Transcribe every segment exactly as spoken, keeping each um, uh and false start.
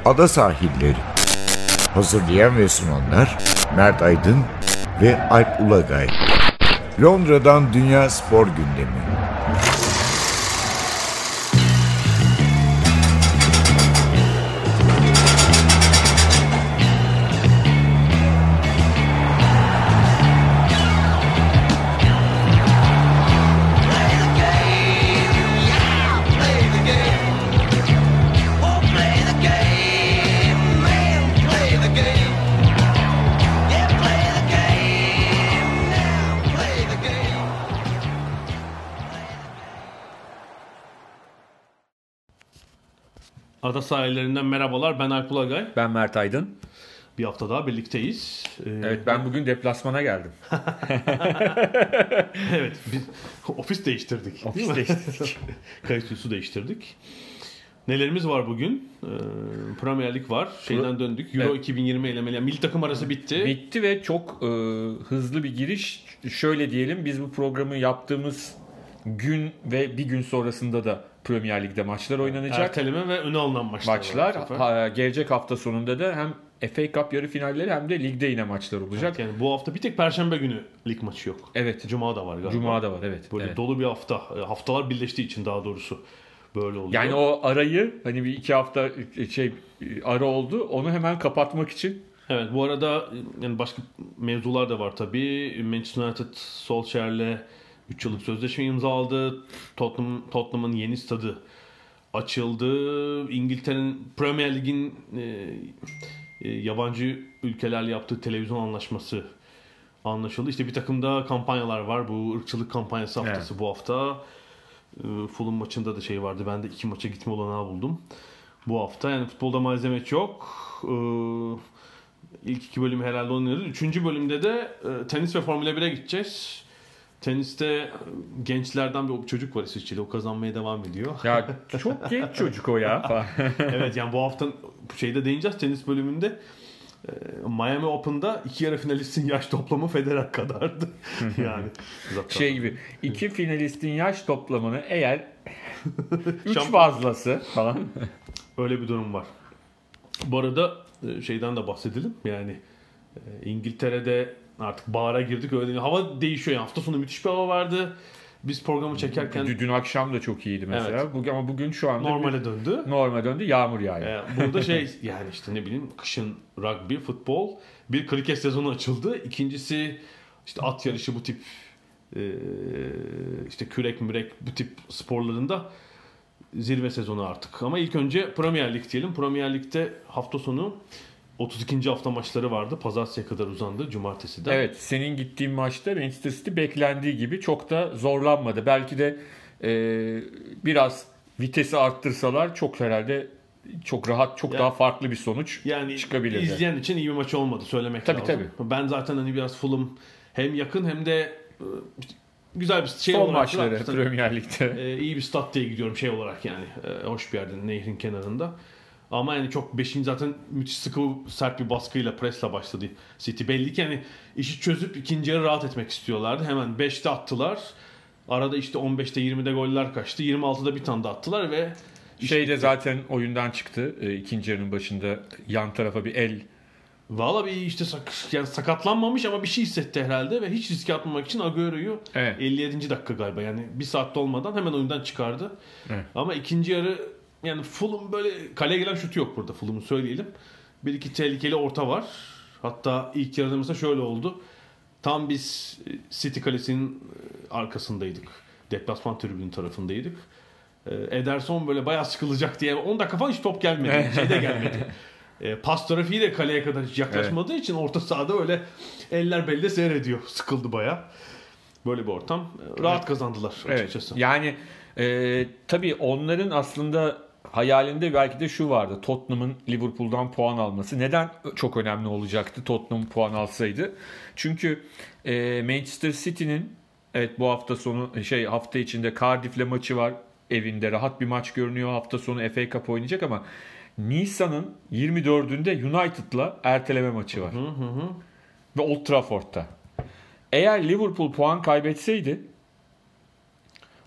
Ada Sahilleri. Hazırlayan ve sunanlar Mert Aydın ve Alp Ulagay. Londra'dan Dünya Spor Gündemi. Ada sahillerinden merhabalar. Ben Alp Ulagay. Ben Mert Aydın. Bir hafta daha birlikteyiz. Ee, evet, ben bugün deplasmana geldim. Evet, biz ofis değiştirdik. Ofis değiştirdik. Kayıt stüdyosu değiştirdik. Nelerimiz var bugün? Ee, Premier Lig var. Şeyden döndük. Euro evet. iki bin yirmi elemeleri. Milli takım arası bitti. Bitti ve çok e, hızlı bir giriş. Şöyle diyelim, biz bu programı yaptığımız gün ve bir gün sonrasında da Premier Lig'de maçlar oynanacak. Erteleme ve öne alınan maçlar. Maçlar. Ha, gelecek hafta sonunda da hem F A Cup yarı finalleri hem de ligde yine maçlar olacak. Evet, yani bu hafta bir tek Perşembe günü lig maçı yok. Evet. Cuma da var galiba. Cuma da var, evet. Böyle evet. dolu bir hafta. Haftalar birleştiği için daha doğrusu böyle oluyor. Yani o arayı, hani bir iki hafta şey ara oldu, onu hemen kapatmak için. Evet, bu arada yani başka mevzular da var tabii. Manchester United Solskjaer'le üç yıllık sözleşme imzaladı. Tottenham, Tottenham'ın yeni stadı açıldı. İngiltere'nin Premier Lig'in e, e, yabancı ülkelerle yaptığı televizyon anlaşması anlaşıldı. İşte bir takım da kampanyalar var. Bu ırkçılık kampanyası haftası evet. Bu hafta. E, Fulham maçında da şey vardı. Ben de iki maça gitme olanağı buldum. Bu hafta yani futbolda malzeme çok. E, ilk iki bölümü herhalde oynuyoruz. Üçüncü bölümde de e, tenis ve Formula bire gideceğiz. Teniste gençlerden bir çocuk var İsviçre'de. O kazanmaya devam ediyor. Ya çok genç çocuk o ya. Evet, yani bu hafta şeyde değineceğiz tenis bölümünde. Miami Open'da iki yarı finalistin yaş toplamı Federer kadardı. Yani zaten. Şey gibi, iki finalistin yaş toplamını eğer üç fazlası falan. Öyle bir durum var. Bu arada şeyden de bahsedelim. Yani İngiltere'de artık bahara girdik. Öyle hava değişiyor. Yani hafta sonu müthiş bir hava vardı. Biz programı çekerken... Dün akşam da çok iyiydi mesela. Evet. Bugün, ama bugün şu anda... Normale bir, döndü. Normale döndü. Yağmur yağıyor. Ee, burada şey yani işte ne bileyim kışın rugby, futbol. Bir kriket sezonu açıldı. İkincisi işte at yarışı bu tip e, işte kürek mürek bu tip sporlarında zirve sezonu artık. Ama ilk önce Premier Lig diyelim. Premier Lig'de hafta sonu otuz ikinci hafta maçları vardı. Pazartesiye kadar uzandı. Cumartesi de. Evet. Senin gittiğin maçta Manchester City beklendiği gibi çok da zorlanmadı. Belki de e, biraz vitesi arttırsalar çok herhalde çok rahat, çok yani, daha farklı bir sonuç yani çıkabilirdi. İzleyen için iyi bir maç olmadı söylemek tabii, lazım. Tabii. Ben zaten hani biraz Fulham hem yakın hem de işte güzel bir şey son olarak. Son maçları da, Premier Lig'de. E, iyi bir stat diye gidiyorum şey olarak yani. E, hoş bir yerde, nehrin kenarında. Ama yani çok beşinci zaten müthiş sıkı sert bir baskıyla presle başladı City. Belli ki yani işi çözüp ikinci yarı rahat etmek istiyorlardı. Hemen beşte attılar. Arada işte on beşte yirmide goller kaçtı. yirmi altıda bir tane de attılar ve şey de zaten oyundan çıktı. E, ikinci yarının başında yan tarafa bir el. Valla bir işte sak- yani sakatlanmamış ama bir şey hissetti herhalde ve hiç riske atmamak için Agüero'yu evet. elli yedinci dakika galiba yani bir saatte olmadan hemen oyundan çıkardı. Evet. Ama ikinci yarı yani Fulham böyle kaleye gelen şutu yok burada Fulham'ı söyleyelim. Bir iki tehlikeli orta var. Hatta ilk yarıda mesela şöyle oldu. Tam biz City kalesinin arkasındaydık. Deplasman tribünün tarafındaydık. Ederson böyle bayağı sıkılacak diye on dakika falan hiç top gelmedi. Şey de gelmedi. Pas trafiği de kaleye kadar hiç yaklaşmadığı evet. için orta sahada öyle eller belde seyrediyor. Sıkıldı bayağı. Böyle bir ortam. Rahat evet. kazandılar açıkçası. Evet. Yani e, tabii onların aslında hayalinde belki de şu vardı. Tottenham'ın Liverpool'dan puan alması. Neden çok önemli olacaktı Tottenham puan alsaydı? Çünkü e, Manchester City'nin evet bu hafta sonu şey hafta içinde Cardiff'le maçı var. Evinde rahat bir maç görünüyor. Hafta sonu F A Cup oynayacak ama Nisan'ın yirmi dördünde United'la erteleme maçı var. Hı hı hı. Ve Old Trafford'da. Eğer Liverpool puan kaybetseydi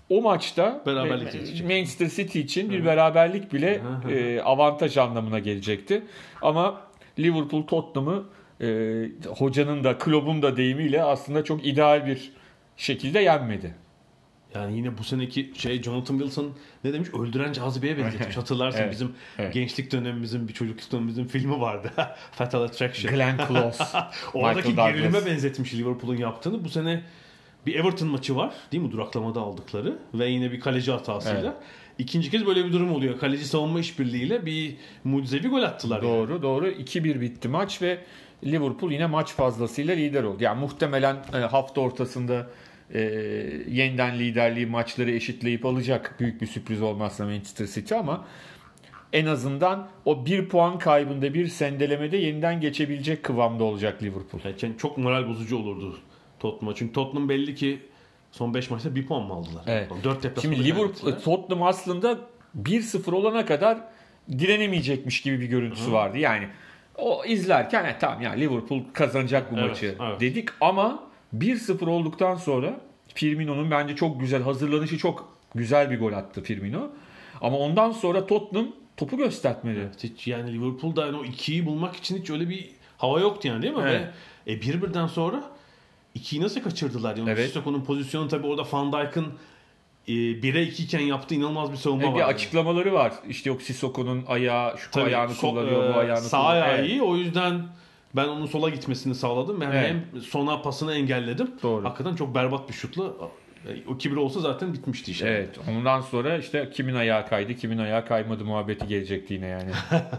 o maçta Beraberlik e, gelecek. Manchester City için bir beraberlik bile e, avantaj anlamına gelecekti. Ama Liverpool Tottenham'ı e, hocanın da kulübün da deyimiyle aslında çok ideal bir şekilde yenmedi. Yani yine bu seneki şey Jonathan Wilson ne demiş? Öldüren cazibeye benzetmiş. Hatırlarsın Evet, bizim evet. gençlik dönemimizin, bir çocukluk dönemimizin filmi vardı. Fatal Attraction. Glenn Close. Oradaki Michael gerilime Douglas. benzetmiş Liverpool'un yaptığını. Bu sene bir Everton maçı var. Değil mi? Duraklamada aldıkları. Ve yine bir kaleci hatasıyla. Evet. İkinci kez böyle bir durum oluyor. Kaleci savunma işbirliğiyle bir mucizevi gol attılar. Doğru yani. doğru. iki bir bitti maç ve Liverpool yine maç fazlasıyla lider oldu. Yani muhtemelen e, hafta ortasında e, yeniden liderliği maçları eşitleyip alacak, büyük bir sürpriz olmazsa Manchester City, ama en azından o bir puan kaybında, bir sendelemede yeniden geçebilecek kıvamda olacak Liverpool. Yani çok moral bozucu olurdu Tottenham'a. Çünkü Tottenham belli ki son beş maçta bir puan mı aldılar? Evet. dört deplasmanda Şimdi Liverpool, kaybettiler. Tottenham aslında bir sıfır olana kadar direnemeyecekmiş gibi bir görüntüsü Hı. vardı. Yani o izlerken e, tamam yani Liverpool kazanacak bu Evet, maçı evet. dedik, ama bir sıfır olduktan sonra Firmino'nun bence çok güzel hazırlanışı, çok güzel bir gol attı Firmino. Ama ondan sonra Tottenham topu göstermedi. Evet, hiç yani Liverpool'da yani o ikiyi bulmak için hiç öyle bir hava yoktu yani, değil mi? Evet. Ve e, bir birden sonra ikiyi nasıl kaçırdılar? Yani Evet. Sissoko'nun pozisyonu tabii orada Van Dijk'ın e, bire iki iken yaptığı inanılmaz bir savunma E, var. bir yani. açıklamaları var. İşte yok Sissoko'nun ayağı, şu Tabii, ayağını sol- kullanıyor, bu e, ayağını sağ kullanıyor. ayağı Evet. iyi. O yüzden ben onun sola gitmesini sağladım. Yani Evet. hem sona pasını engelledim. Doğru. Hakikaten çok berbat bir şutla. O iki bir olsa zaten bitmişti iş. Evet. Ondan sonra işte kimin ayağı kaydı, kimin ayağı kaymadı muhabbeti gelecekti yine yani.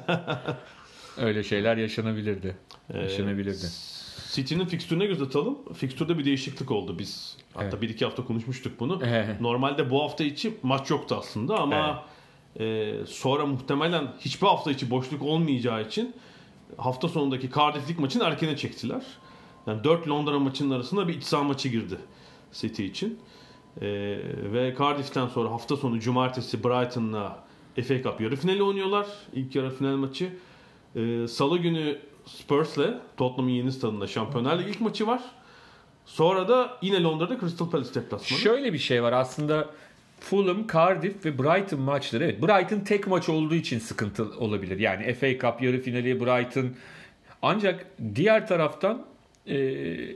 Öyle şeyler yaşanabilirdi. Yaşanabilirdi. City'nin fikstürüne göz atalım. Fikstürde bir değişiklik oldu. Biz hatta Evet. bir iki hafta konuşmuştuk bunu. Evet. Normalde bu hafta içi maç yoktu aslında ama e, sonra muhtemelen hiçbir hafta içi boşluk olmayacağı için hafta sonundaki Cardiff Lig maçını erkene çektiler. Yani dört Londra maçının arasında bir iç saha maçı girdi City için. E, ve Cardiff'ten sonra hafta sonu cumartesi Brighton'la F A Cup yarı finali oynuyorlar. İlk yarı final maçı. E, Salı günü Spurs'le Tottenham'ın yeni stadında Şampiyonlar Ligi ilk maçı var. Sonra da yine Londra'da Crystal Palace deplasmanı. Şöyle bir şey var aslında, Fulham, Cardiff ve Brighton maçları. Evet, Brighton tek maç olduğu için sıkıntı olabilir. Yani F A Cup yarı finali Brighton. Ancak diğer taraftan e,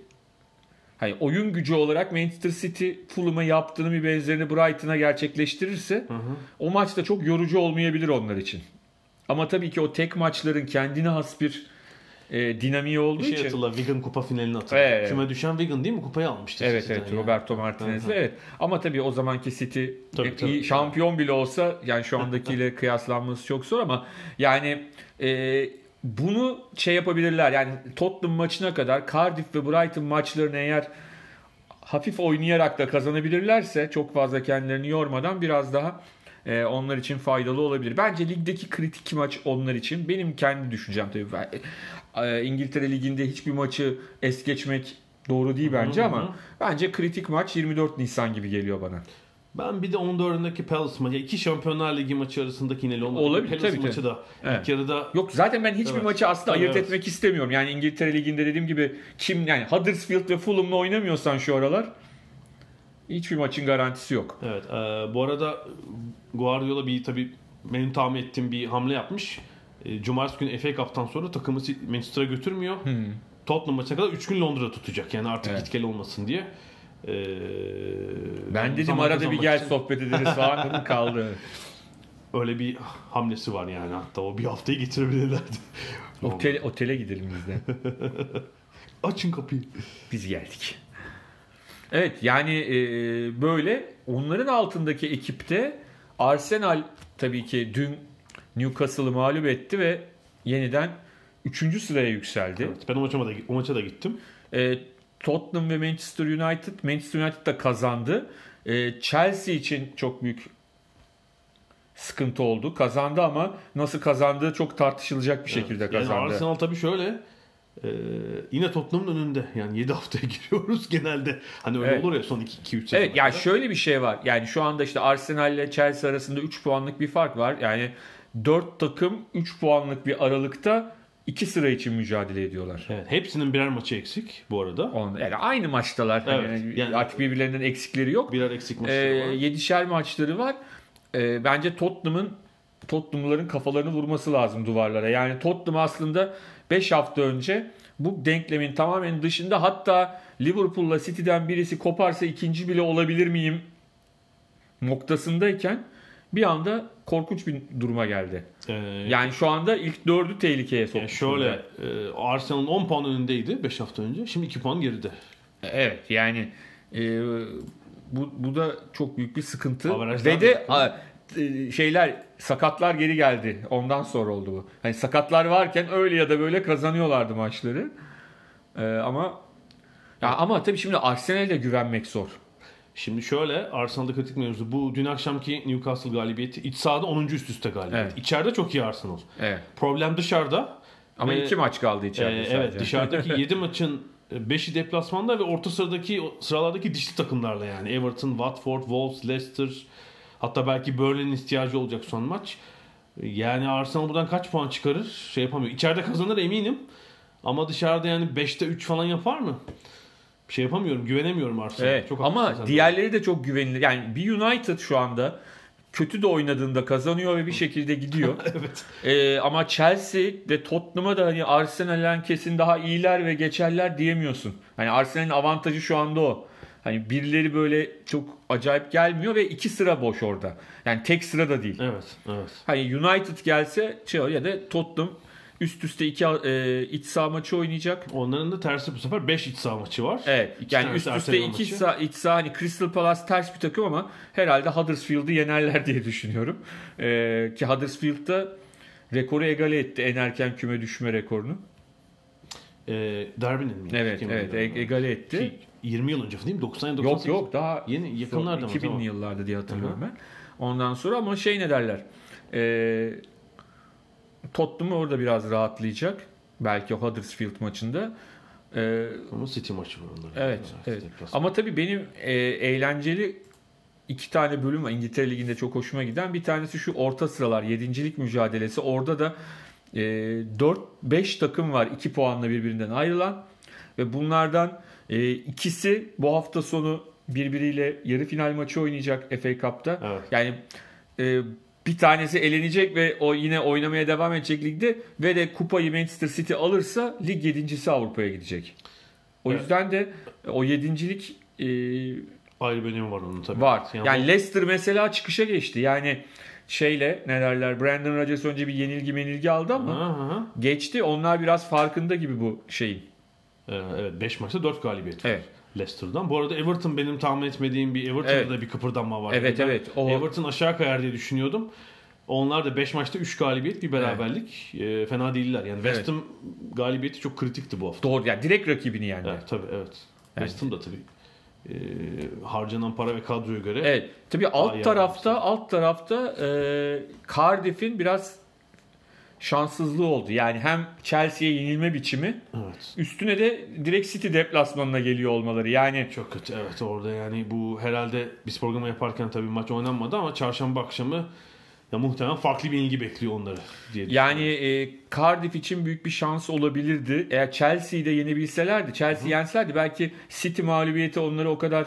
hani oyun gücü olarak Manchester City Fulham'a yaptığını bir benzerini Brighton'a gerçekleştirirse Hı hı. o maç da çok yorucu olmayabilir onlar için. Ama tabii ki o tek maçların kendine has bir e, dinamiği olduğu Bir şey için. hatırla, Wigan Kupa finalini hatırla. Evet. Küme düşen Wigan değil mi? Kupayı almıştı. Evet City'den evet yani. Roberto Martinez'le, Hı hı. evet. Ama tabii o zamanki City Tabii, e, tabii. iyi, şampiyon bile olsa yani şu andakiyle kıyaslanması çok zor, ama yani e, bunu şey yapabilirler. Yani Tottenham maçına kadar Cardiff ve Brighton maçlarını eğer hafif oynayarak da kazanabilirlerse, çok fazla kendilerini yormadan, biraz daha e, onlar için faydalı olabilir. Bence ligdeki kritik maç onlar için, benim kendi düşüncem tabii. E, İngiltere Ligi'nde hiçbir maçı es geçmek doğru değil bence, Hı hı. ama bence kritik maç yirmi dört Nisan gibi geliyor bana. Ben bir de on dördündeki Palace maçı, iki Şampiyonlar Ligi maçı arasındaki yine Londra Olabilir, Palace tabii, maçı tabii. da Evet. ilk yarıda Yok zaten ben hiçbir Evet. maçı aslında ayırt Evet. etmek istemiyorum. Yani İngiltere Ligi'nde dediğim gibi kim, yani Huddersfield ve Fulham'la oynamıyorsan şu aralar hiçbir maçın garantisi yok. evet. E, bu arada Guardiola bir tabii benim tahmin ettiğim bir hamle yapmış. E, Cumartesi günü F A Cup'tan sonra takımı Manchester'a götürmüyor. Hmm. Tottenham maçına kadar üç gün Londra'da tutacak. Yani artık Evet. git gel olmasın diye. E, Ben dedim zaman arada bir kazanmak gel için sohbet ederiz falan dedim, kaldı. öyle bir hamlesi var yani. Hatta o bir haftayı getirebilirlerdi. Otel, otele gidelim biz de. Açın kapıyı. Biz geldik. Evet yani e, böyle onların altındaki ekipte Arsenal tabii ki dün Newcastle'ı mağlup etti ve yeniden üçüncü sıraya yükseldi. Evet, ben o maça da, o maça da gittim. E, Tottenham ve Manchester United, Manchester United da kazandı. E, Chelsea için çok büyük sıkıntı oldu. Kazandı ama nasıl kazandığı çok tartışılacak bir şekilde Yani kazandı. Arsenal tabii şöyle e, yine Tottenham'ın önünde. Yani yedi haftaya giriyoruz genelde. Hani öyle Evet. olur ya son iki üç sene. Evet yani şöyle bir şey var. Yani şu anda işte Arsenal ile Chelsea arasında üç puanlık bir fark var. Yani dört takım üç puanlık bir aralıkta iki sıra için mücadele ediyorlar. Evet, hepsinin birer maçı eksik bu arada. On, yani aynı maçtalar. Evet, Yani, yani artık birbirlerinden eksikleri yok. Birer eksik maçları Ee, var. Yedişer maçları var. Ee, bence Tottenham'ın Tottenham'ların kafalarını vurması lazım duvarlara. Yani Tottenham aslında beş hafta önce bu denklemin tamamen dışında, hatta Liverpool'la City'den birisi koparsa ikinci bile olabilir miyim noktasındayken bir anda korkunç bir duruma geldi. Ee, Yani şu anda ilk dördü tehlikeye soktu. yani şöyle e, Arsenal'ın on puan önündeydi beş hafta önce. Şimdi iki puan geride. Evet yani e, bu, bu da çok büyük bir sıkıntı. Averajlar Ve de a, e, şeyler, sakatlar geri geldi. Ondan sonra oldu bu. Hani sakatlar varken öyle ya da böyle kazanıyorlardı maçları. E, ama ya ama tabii şimdi Arsenal'e güvenmek zor. Şimdi şöyle, Arsenal'da kritik mevzu. Bu dün akşamki Newcastle galibiyeti. İç sahada onuncu üst üste galibiyet. Evet. İçeride çok iyi Arsenal. Evet. Problem dışarıda. Ama Ve, iki maç kaldı içeride e, sadece. Evet, dışarıdaki yedi maçın beşi deplasmanda ve orta sıradaki sıralardaki dişli takımlarla yani. Everton, Watford, Wolves, Leicester, hatta belki Burnley'nin ihtiyacı olacak son maç. Yani Arsenal buradan kaç puan çıkarır? Şey yapamıyor. İçeride kazanır eminim. Ama dışarıda yani beşte üç falan yapar mı? Bir şey yapamıyorum. Güvenemiyorum Arsenal'a. Evet. Çok Ama haklısın sen de. diğerleri de çok güvenilir. Yani bir United şu anda kötü de oynadığında kazanıyor ve bir şekilde gidiyor. Evet. Ee, ama Chelsea ve Tottenham'a da hani Arsenal'den kesin daha iyiler ve geçerler diyemiyorsun. Hani Arsenal'in avantajı şu anda o. Hani birileri böyle çok acayip gelmiyor ve iki sıra boş orada. Yani tek sıra da değil. Evet, evet. Hani United gelse şey ya da Tottenham üst üste iki e, iç saha maçı oynayacak. Onların da tersi bu sefer beş iç saha maçı var. Evet. İki Yani tanesi üst üste erteleme iki maçı. saha, iç saha, hani Crystal Palace ters bir takım ama herhalde Huddersfield'ı yenerler diye düşünüyorum. Ee, ki Huddersfield'da rekoru egale etti, en erken küme düşme rekorunu. Ee, Derby'nin mi? Evet, Kim evet, oynadı? e- egale etti. Ki yirmi yıl önce değil mi? doksan doksan Yok sekiz. yok, daha Yeni yakınlarda mı? iki binli Tamam. yıllarda diye hatırlıyorum Hı hı. ben. Ondan sonra ama şey ne derler? Ee, Tottenham orada biraz rahatlayacak. Belki o Huddersfield maçında. Ee, Ama City maçı var onların. Evet, evet. Ama tabii benim e, eğlenceli iki tane bölüm var İngiltere Ligi'nde çok hoşuma giden. Bir tanesi şu orta sıralar, yedincilik mücadelesi. Orada da e, dört beş takım var iki puanla birbirinden ayrılan. Ve bunlardan e, ikisi bu hafta sonu birbiriyle yarı final maçı oynayacak F A Cup'ta. Evet. Yani e, bir tanesi elenecek ve o yine oynamaya devam edecek ligde ve de kupayı Manchester City alırsa lig yedincisi Avrupa'ya gidecek. O Evet. yüzden de o yedincilik e, Ayrı bir önemi var onun tabii. var. Yani, Yani bu- Leicester mesela çıkışa geçti. Yani şeyle ne derler, Brandon Rodgers önce bir yenilgi menilgi aldı ama Aha, aha. geçti. Onlar biraz farkında gibi bu şeyin. Ee, evet, beş maçta dört galibiyet var. Evet. Leicester'dan. Bu arada Everton benim tahmin etmediğim bir Everton'da Evet. da bir kıpırdanma var. Evet, Ben evet. O- Everton aşağı kayar diye düşünüyordum. Onlar da beş maçta üç galibiyet, bir beraberlik. Ee, fena değiller. Yani West Ham galibiyeti çok kritikti bu hafta. Doğru, yani direkt rakibini yendi. Evet, tabii evet. Yani. West Ham da tabii e, harcanan para ve kadroya göre. Evet. Tabii alt iyi tarafta yapmışsın. alt tarafta e, Cardiff'in biraz şanssızlığı oldu. Yani hem Chelsea'ye yenilme biçimi, Evet. üstüne de direkt City deplasmanına geliyor olmaları. Yani Çok kötü, evet, orada yani bu herhalde biz programı yaparken tabii maç oynanmadı ama çarşamba akşamı ya muhtemelen farklı bir ilgi bekliyor onları diye düşünüyorum. yani e, Cardiff için büyük bir şans olabilirdi. Eğer Chelsea'yi de yenebilselerdi, Chelsea yenselerdi belki City mağlubiyeti onları o kadar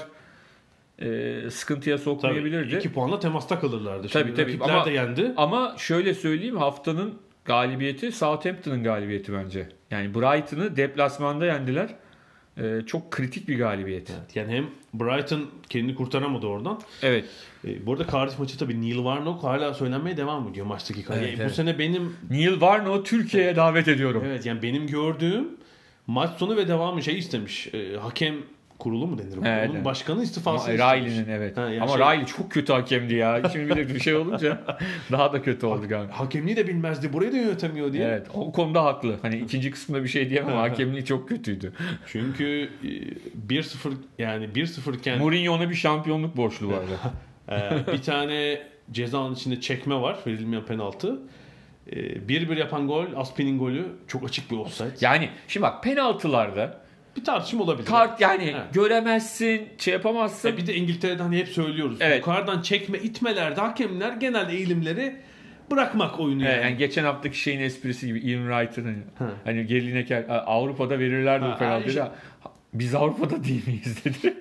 e, sıkıntıya sokmayabilirdi. Tabii iki puanla temasta kalırlardı. Tabii, Şimdi tabii. rakipler Ama- de yendi. Ama şöyle söyleyeyim, haftanın galibiyeti Southampton'ın galibiyeti bence. Yani Brighton'ı deplasmanda yendiler. Ee, çok kritik bir galibiyet. Evet, yani hem Brighton kendini kurtaramadı oradan. Evet. E, bu arada Cardiff maçı tabii Neil Warnock hala söylenmeye devam ediyor maçtaki kariyer. Evet, Bu evet. sene benim Neil Warnock'u Türkiye'ye davet ediyorum. evet yani benim gördüğüm maç sonu ve devamı şey istemiş. E, hakem kurulu mu denir? bu? Evet, Onun evet. başkanı Ama istifasını istemiş. Riley'nin evet. Ha, yani Ama şey- Riley çok kötü hakemdi ya. Şimdi bir de bir şey olunca daha da kötü oldu galiba. Hakemliği de bilmezdi. Burayı da yönetemiyor diye. Evet, o konuda haklı. Hani ikinci kısmında bir şey diyemem ama hakemliği çok kötüydü. Çünkü e, bir sıfır yani bir sıfır iken Mourinho ona bir şampiyonluk borçlu vardı. e, bir tane cezanın içinde çekme var. Verilmeyen penaltı. E, bir bir yapan gol, Aspin'in golü çok açık bir offside. Yani şimdi bak, penaltılarda Bir tartışma olabilir. kart yani Evet. göremezsin, şey yapamazsın. E, bir de İngiltere'de hani hep söylüyoruz. Evet. Yukarıdan çekme, itmelerde hakemler genelde eğilimleri bırakmak oyunu yani. Evet, yani geçen haftaki şeyin esprisi gibi Ian Wright'ın hani, hani Gary Lineker Avrupa'da verirlerdi Ha, o penaltıyı işte. da biz Avrupa'da değil miyiz dedi.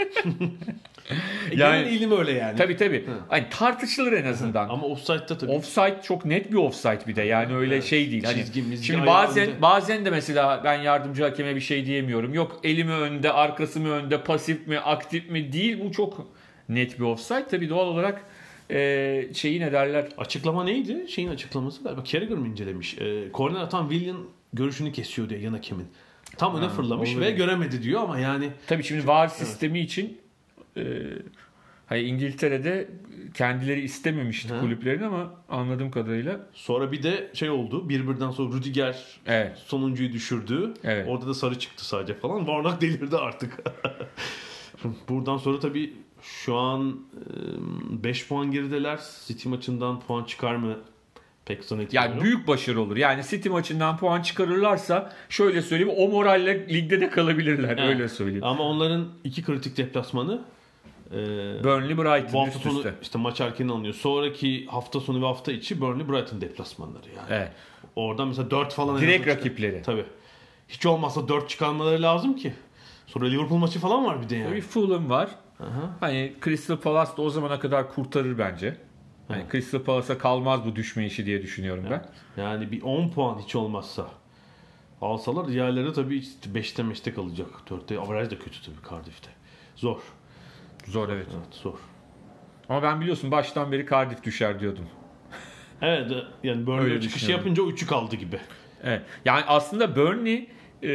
E, yani ilim öyle yani. Tabii tabii. Hani tartışılır en azından. Ama offside'da tabii. Offside çok net bir offside bir de. Yani öyle Evet. şey değil. Hani Çizgi, mizgi, şimdi ayağı bazen önde. bazen de mesela ben yardımcı hakeme bir şey diyemiyorum. Yok elimi önde, arkası mı önde, pasif mi, aktif mi değil. Bu çok net bir offside. Tabii doğal olarak e, şeyi ne derler? Açıklama neydi? Şeyin açıklaması galiba Carragher mı incelemiş? E, korner atan Willian görüşünü kesiyor diye yan hakemin. Tam öne fırlamış olur ve yani. göremedi diyor ama yani Tabii şimdi V A R sistemi için e, hani İngiltere'de kendileri istememişti Hı. kulüplerin ama anladığım kadarıyla sonra bir de şey oldu. Bir birden sonra Rüdiger evet. sonuncuyu düşürdü. Evet. Orada da sarı çıktı sadece falan. Varnak delirdi artık. Buradan sonra tabii şu an beş puan gerideler. City maçından puan çıkar mı? Pek zannetmiyorum. Yani büyük başarı olur. Yani City maçından puan çıkarırlarsa şöyle söyleyeyim o moralle ligde de kalabilirler. Evet. Öyle söyleyeyim. Ama onların iki kritik deplasmanı e, Burnley bu Brighton hafta üst sonu üste. işte maç erken alınıyor. Sonraki hafta sonu ve hafta içi Burnley Brighton deplasmanları yani. Evet. Oradan mesela dört falan. Direkt en azından rakipleri. çıkar. Tabii. Hiç olmazsa dört çıkarmaları lazım ki. Sonra Liverpool maçı falan var bir de yani. Bir Fulham var. Aha. Hani Crystal Palace da o zamana kadar kurtarır bence. Hani Evet. Crystal Palace'a kalmaz bu düşme işi diye düşünüyorum ben. Yani bir on puan hiç olmazsa alsalar diğerleri tabii beşte beşte kalacak. dörtte averaj da kötü tabii Cardiff'te. Zor. Zor evet. Evet zor. Ama ben biliyorsun baştan beri Cardiff düşer diyordum. Evet yani Burnley Öyle çıkışı düşünüyorum. yapınca üçü kaldı gibi. Evet. Yani aslında Burnley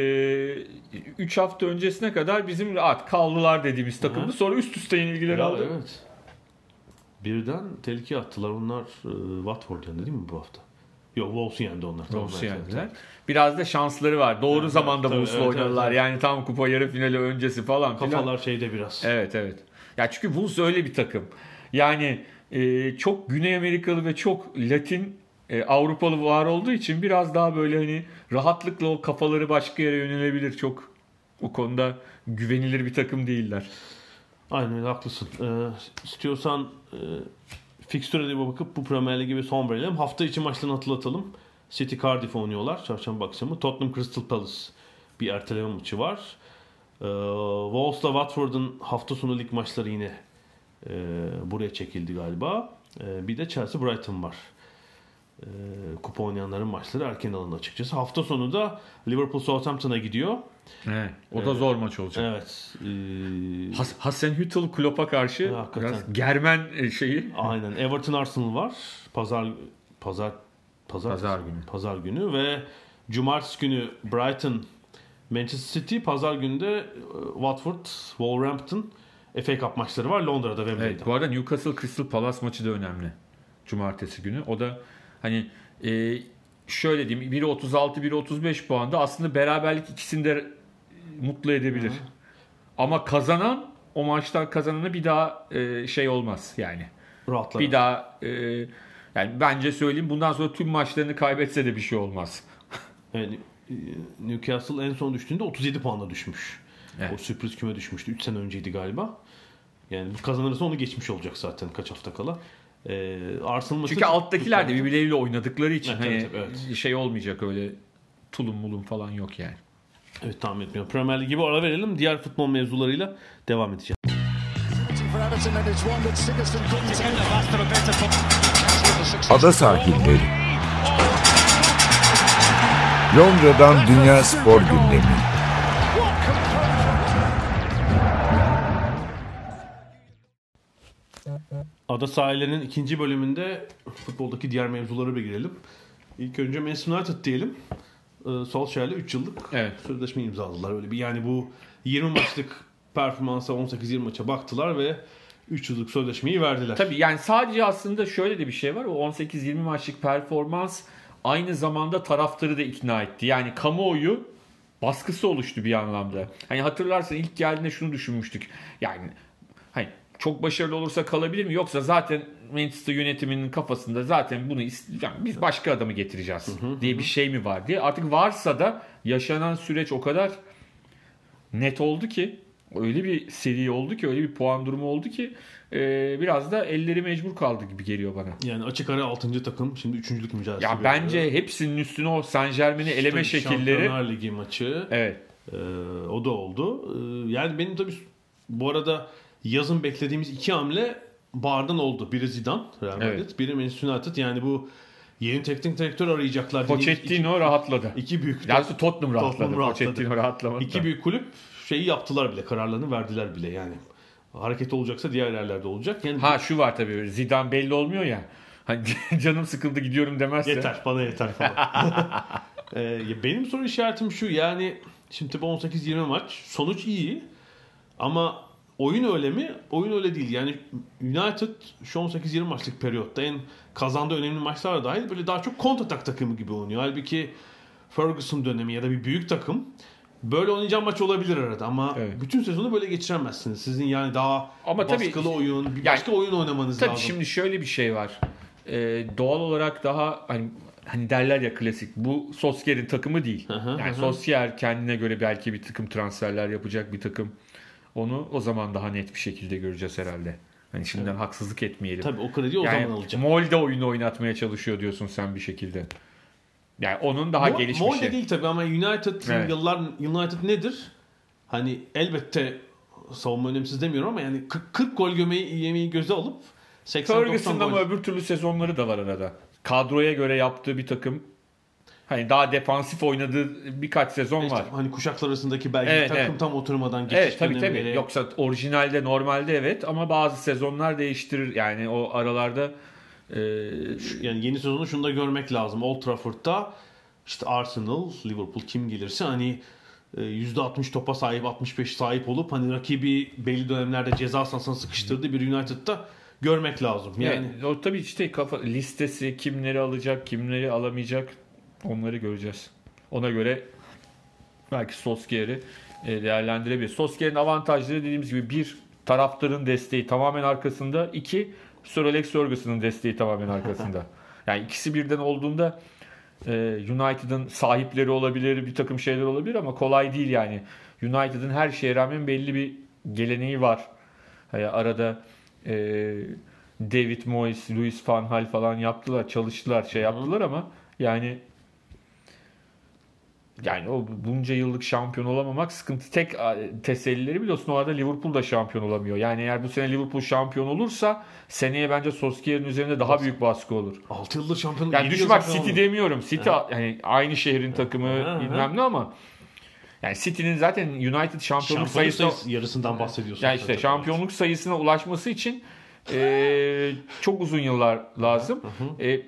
üç hafta öncesine kadar bizim rahat kaldılar dediğimiz takımdı. Hı. Sonra üst üste yenilgileri Ya, aldı. evet. Birden tehlikeye attılar. Onlar e, Watford yendi değil mi bu hafta? Yok Wolves'u yendi onlar. Tamam, Wolves'u evet, yendiler. evet. Biraz da şansları var. Doğru Evet, zamanda tabii, Wolves'la evet, oynadılar. evet, evet. Yani tam kupa yarı finali öncesi falan filan. Kafalar şeyde biraz. Evet evet. Ya çünkü Wolves öyle bir takım. Yani e, çok Güney Amerikalı ve çok Latin e, Avrupalı var olduğu için biraz daha böyle hani rahatlıkla o kafaları başka yere yönelebilir. Çok o konuda güvenilir bir takım değiller. Aynen öyle haklısın. Ee, istiyorsan e, fikstüre de bir bakıp bu Premier Ligi ve son verelim. Hafta içi maçlarını hatırlatalım. City Cardiff oynuyorlar çarşamba akşamı. Tottenham Crystal Palace bir erteleme maçı var. Ee, Wolves'la Watford'un hafta sonu lig maçları yine e, buraya çekildi galiba. E, bir de Chelsea Brighton var. E, kupa oynayanların maçları erken alındı açıkçası. Hafta sonu da Liverpool Southampton'a gidiyor. Evet, o da zor maç olacak. Evet. E, Has- Hasenhüttl Klopp'a karşı Ya, hakikaten. biraz germen şeyi. aynen. Everton Arsenal var. Pazar pazar pazar Pazar günü. Pazar günü ve cumartesi günü Brighton Manchester City, pazar günü de e, Watford Wolverhampton F A Cup maçları var Londra'da Wembley'de. Evet, bu arada Newcastle Crystal Palace maçı da önemli. Cumartesi günü. O da hani e, şöyle diyeyim biri otuz altı biri otuz beş puanda aslında beraberlik ikisini de mutlu edebilir. Hı. Ama kazanan o maçtan kazanana bir daha e, şey olmaz yani. Rahatlar. Bir daha e, yani bence söyleyeyim bundan sonra tüm maçlarını kaybetse de bir şey olmaz. Yani e, Newcastle en son düştüğünde otuz yedi puanla düşmüş. Evet. O sürpriz küme düşmüştü. üç sene önceydi galiba. Yani bu kazanırsa onu geçmiş olacak zaten kaç hafta kala. Ee, Arsenal maçı Çünkü alttakiler de birbirleriyle oynadıkları için Evet, hani evet, evet. şey olmayacak öyle tulum mulum falan yok yani. Evet tahmin etmiyorum. Premier Ligi bu ara verelim. Diğer futbol mevzularıyla devam edeceğiz. Ada sahilleri. Londra'dan Dünya Spor Gündemi. Ada sahillerinin ikinci bölümünde futboldaki diğer mevzulara bir girelim. İlk önce Manchester United diyelim. Ee, Solskjaer'le üç yıllık Evet. sözleşme imzaladılar. Öyle bir yani bu yirmi maçlık performansa on sekiz yirmi maça baktılar ve üç yıllık sözleşmeyi verdiler. Tabii yani sadece aslında şöyle de bir şey var. O on sekiz yirmi maçlık performans aynı zamanda taraftarı da ikna etti. Yani kamuoyu baskısı oluştu bir anlamda. Hani hatırlarsan ilk geldiğinde şunu düşünmüştük. Yani hani çok başarılı olursa kalabilir mi? Yoksa zaten Manchester yönetiminin kafasında zaten bunu ist- yani biz başka adamı getireceğiz diye bir şey mi var diye. Artık varsa da yaşanan süreç o kadar net oldu ki öyle bir seri oldu ki, öyle bir puan durumu oldu ki e, biraz da elleri mecbur kaldı gibi geliyor bana. Yani açık ara altıncı takım şimdi üçüncülük mücadelesi. Ya veriyor. bence hepsinin üstüne o Saint Germain'i eleme İşte şekilleri. Şampiyonlar Ligi maçı. Evet. Ee, o da oldu. Ee, yani benim tabii bu arada yazın beklediğimiz iki hamle bahardan oldu. Biri Zidane, Real Madrid, Evet. biri Manchester United. Yani bu yeni teknik direktör arayacaklar. Pochettino rahatladı. İki büyük. Daha doğrusu Tottenham rahatladı. Tottenham rahatladı. Pochettino rahatlamadı. İki büyük kulüp şeyi yaptılar bile, kararlarını verdiler bile yani. Hareket olacaksa diğer yerlerde olacak. Yani Ha şu var tabii, Zidane belli olmuyor ya. Hani canım sıkıldı gidiyorum demezse. yeter, bana yeter falan. ee, benim soru işaretim şu, yani şimdi tabii on sekiz yirmi maç, sonuç iyi ama oyun öyle mi? Oyun öyle değil. Yani United şu on sekiz yirmi maçlık periyotta en kazandığı önemli maçlar dahil böyle daha çok kontratak takımı gibi oynuyor. Halbuki Ferguson dönemi ya da bir büyük takım böyle oynayacağım maç olabilir arada ama Evet. bütün sezonu böyle geçiremezsiniz. Sizin yani daha Ama tabii- baskılı oyun, bir Yani- başka oyun oynamanız Tabii lazım. şimdi şöyle bir şey var. Ee, doğal olarak daha hani hani derler ya klasik. Bu Solskjaer'in takımı değil. Hı hı, yani hı. Solskjaer kendine göre belki bir takım transferler yapacak bir takım. Onu o zaman daha net bir şekilde göreceğiz herhalde. Hani şimdiden haksızlık etmeyelim. Tabii o krediyi o yani zaman alacak. Molde oyunu oynatmaya çalışıyor diyorsun sen bir şekilde. Yani onun daha Mo- gelişmiş. Molde değil tabii ama United Evet. yıllar United nedir? Hani elbette savunma önemsiz demiyorum ama yani kırk, kırk gol gömeyi, yemeyi göze alıp seksen doksan Ferguson'da gol. ama öbür türlü sezonları da var arada. Kadroya göre yaptığı bir takım, hani daha defansif oynadığı birkaç sezon İşte var. hani kuşaklar arasındaki belki Evet, takım evet. tam oturmadan geçiş Evet tabii tabii. dönemleri. Yoksa orijinalde normalde evet ama bazı sezonlar değiştirir. Yani o aralarda e, Yani yeni sezonu şunu da görmek lazım. Old Trafford'da işte Arsenal, Liverpool kim gelirse hani e, yüzde altmış topa sahip, altmış beş sahip olup hani rakibi belli dönemlerde ceza sahasına sıkıştırdığı bir United'da görmek lazım. Yani yani o tabii işte kafa listesi, kimleri alacak, kimleri alamayacak, onları göreceğiz. Ona göre belki Solskjaer'i e, değerlendirebilir. Solskjaer'in avantajları dediğimiz gibi bir, taraftarın desteği tamamen arkasında. İki, Sir Alex Ferguson'ın desteği tamamen arkasında. Yani ikisi birden olduğunda e, United'ın sahipleri olabilir, bir takım şeyler olabilir ama kolay değil yani. United'ın her şeye rağmen belli bir geleneği var. Yani arada e, David Moyes, Louis van Gaal falan yaptılar, çalıştılar, şey yaptılar ama yani yani o bunca yıllık şampiyon olamamak sıkıntı. Tek tesellileri biliyorsun o arada Liverpool da şampiyon olamıyor. Yani eğer bu sene Liverpool şampiyon olursa seneye bence Solskjaer'in üzerinde daha büyük baskı olur. altı yıldır şampiyonluk. Yani yedi düşün yıl bak şampiyon City oldu. demiyorum. City yani aynı şehrin takımı Hı hı. bilmem ne ama yani City'nin zaten United şampiyonluk Şampiyonluk sayısı sayısı yarısından bahsediyorsun. yani işte zaten. şampiyonluk sayısına ulaşması için e, çok uzun yıllar lazım. E,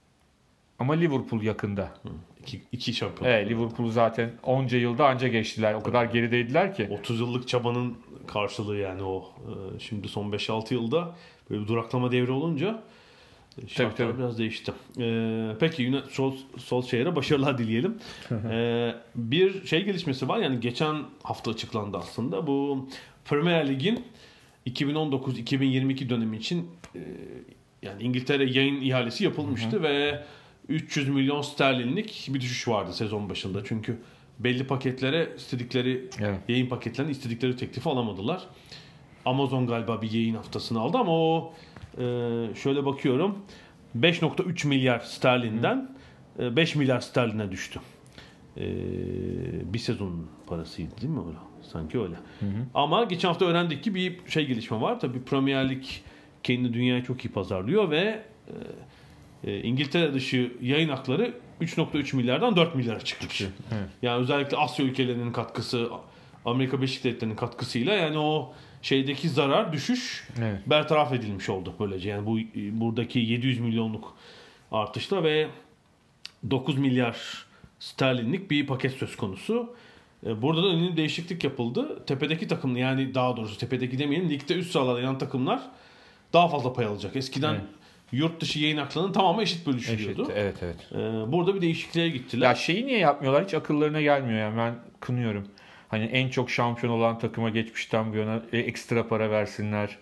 ama Liverpool yakında. İki, iki şampiyon. Evet, Liverpool zaten onca yılda anca geçtiler. O kadar gerideydiler ki. otuz yıllık çabanın karşılığı yani o. Ee, Şimdi son beş altı yılda böyle bir duraklama devri olunca şartlar tabii. biraz değişti. Ee, peki Yine- Sol, Solskjaer'e başarılar dileyelim. Ee, bir şey gelişmesi var yani geçen hafta açıklandı aslında. Bu Premier Lig'in iki bin on dokuz iki bin yirmi iki dönemi için e, yani İngiltere yayın ihalesi yapılmıştı ve üç yüz milyon sterlinlik bir düşüş vardı sezon başında. Çünkü belli paketlere istedikleri Evet. yayın paketlerine istedikleri teklifi alamadılar. Amazon galiba bir yayın haftasını aldı ama o e, şöyle bakıyorum beş nokta üç milyar sterlinden e, beş milyar sterline düştü. E, bir sezonun parasıydı değil mi öyle? Sanki öyle. Hı hı. Ama geçen hafta öğrendik ki bir şey gelişme var. Tabii Premier Lig kendi dünyayı çok iyi pazarlıyor ve e, e, İngiltere dışı yayın hakları üç nokta üç milyardan dört milyara çıkmış. Evet. Yani özellikle Asya ülkelerinin katkısı, Amerika Birleşik Devletleri'nin katkısıyla yani o şeydeki zarar, düşüş Evet. bertaraf edilmiş oldu böylece. Yani bu buradaki yedi yüz milyonluk artışla ve dokuz milyar sterlinlik bir paket söz konusu. Burada da önemli değişiklik yapıldı. Tepedeki takım yani daha doğrusu tepedeki demeyelim ligde üst sıralarda yan takımlar daha fazla pay alacak. Eskiden Evet. yurt dışı yayın haklarının tamamı eşit Eşit. bölüşülüyordu. Evet evet. Burada bir değişikliğe gittiler. Ya şeyi niye yapmıyorlar? Hiç akıllarına gelmiyor yani. Ben kınıyorum. Hani en çok şampiyon olan takıma geçmişten bu yana e, ekstra para versinler.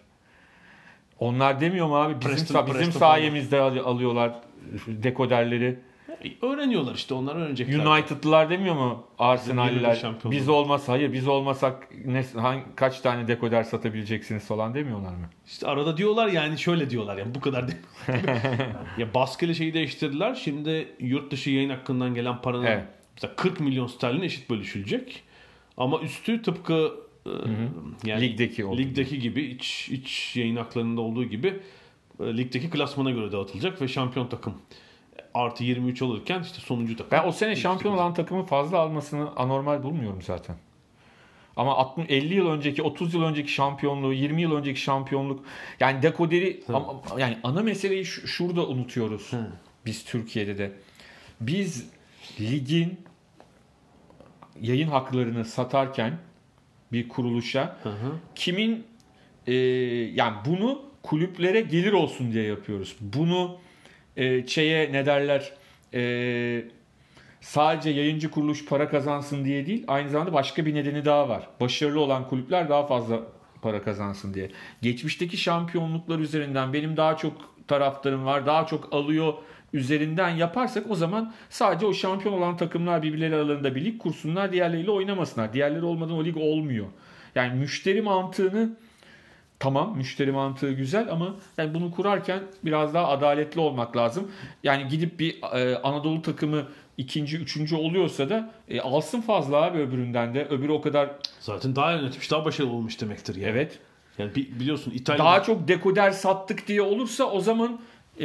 Onlar demiyor mu abi? Bizim, Preston- sa- bizim Preston sayemizde al- alıyorlar dekoderleri. Öğreniyorlar işte, onlar öğrenecekler. United'lılar demiyor mu Arsenal'liler? Şampiyonluğu. Biz olmasa, hayır biz olmasak ne, hangi, kaç tane dekoder satabileceksiniz falan demiyorlar mı? İşte arada diyorlar yani, şöyle diyorlar yani, bu kadar değil. Ya baskıyla şeyi değiştirdiler. Şimdi yurt dışı yayın hakkından gelen paranın Evet. mesela kırk milyon sterlin eşit bölüşülecek. Ama üstü tıpkı e, yani Ligdeki olduğu ligdeki gibi iç iç yayın haklarında olduğu gibi e, ligdeki klasmana göre dağıtılacak ve şampiyon takım artı yirmi üç olurken işte sonuncu takım. Ben o sene şampiyon olan takımın fazla almasını anormal bulmuyorum zaten. Ama altmış elli yıl önceki, otuz yıl önceki şampiyonluğu, yirmi yıl önceki şampiyonluk, yani dekoderi ama, yani ana meseleyi şu- şurada unutuyoruz. Hı. Biz Türkiye'de de. Biz ligin yayın haklarını satarken bir kuruluşa Hı hı. kimin e, yani bunu kulüplere gelir olsun diye yapıyoruz. Bunu e, şeye ne derler e, sadece yayıncı kuruluş para kazansın diye değil, aynı zamanda başka bir nedeni daha var. Başarılı olan kulüpler daha fazla para kazansın diye. Geçmişteki şampiyonluklar üzerinden benim daha çok taraftarım var, daha çok alıyor üzerinden yaparsak o zaman sadece o şampiyon olan takımlar birbirleri aralarında bir lig kursunlar, diğerleriyle oynamasınlar. Diğerleri olmadan o lig olmuyor. Yani müşteri mantığını, tamam müşteri mantığı güzel ama yani bunu kurarken biraz daha adaletli olmak lazım. Yani gidip bir e, Anadolu takımı ikinci, üçüncü oluyorsa da e, alsın fazla abi öbüründen de. Öbürü o kadar Zaten daha yönetmiş, daha başarılı olmuş demektir yani. evet. Yani bi- biliyorsun İtalya'da Daha çok dekoder sattık diye olursa o zaman e,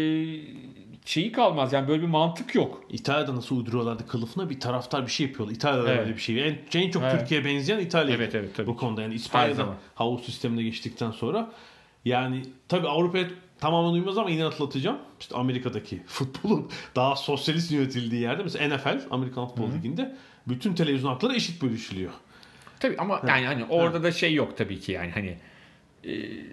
şeyi kalmaz. Yani böyle bir mantık yok. İtalya'da nasıl uyduruyorlardı kılıfına, bir taraftar bir şey yapıyordu. İtalya'da Evet. böyle bir şey. En, en çok Evet. Türkiye'ye benzeyen İtalya. Evet, evet, tabii bu ki. konuda. Yani Her İspanya'da zaman. havuz sistemine geçtikten sonra yani tabii Avrupa'ya tamamen uymaz ama yine hatırlatacağım. İşte Amerika'daki futbolun daha sosyalist yönetildiği yerde mesela N F L, Amerikan Futbol Ligi'nde bütün televizyon hakları eşit bölüşülüyor. Tabii ama yani hani orada da şey yok tabii ki yani hani e,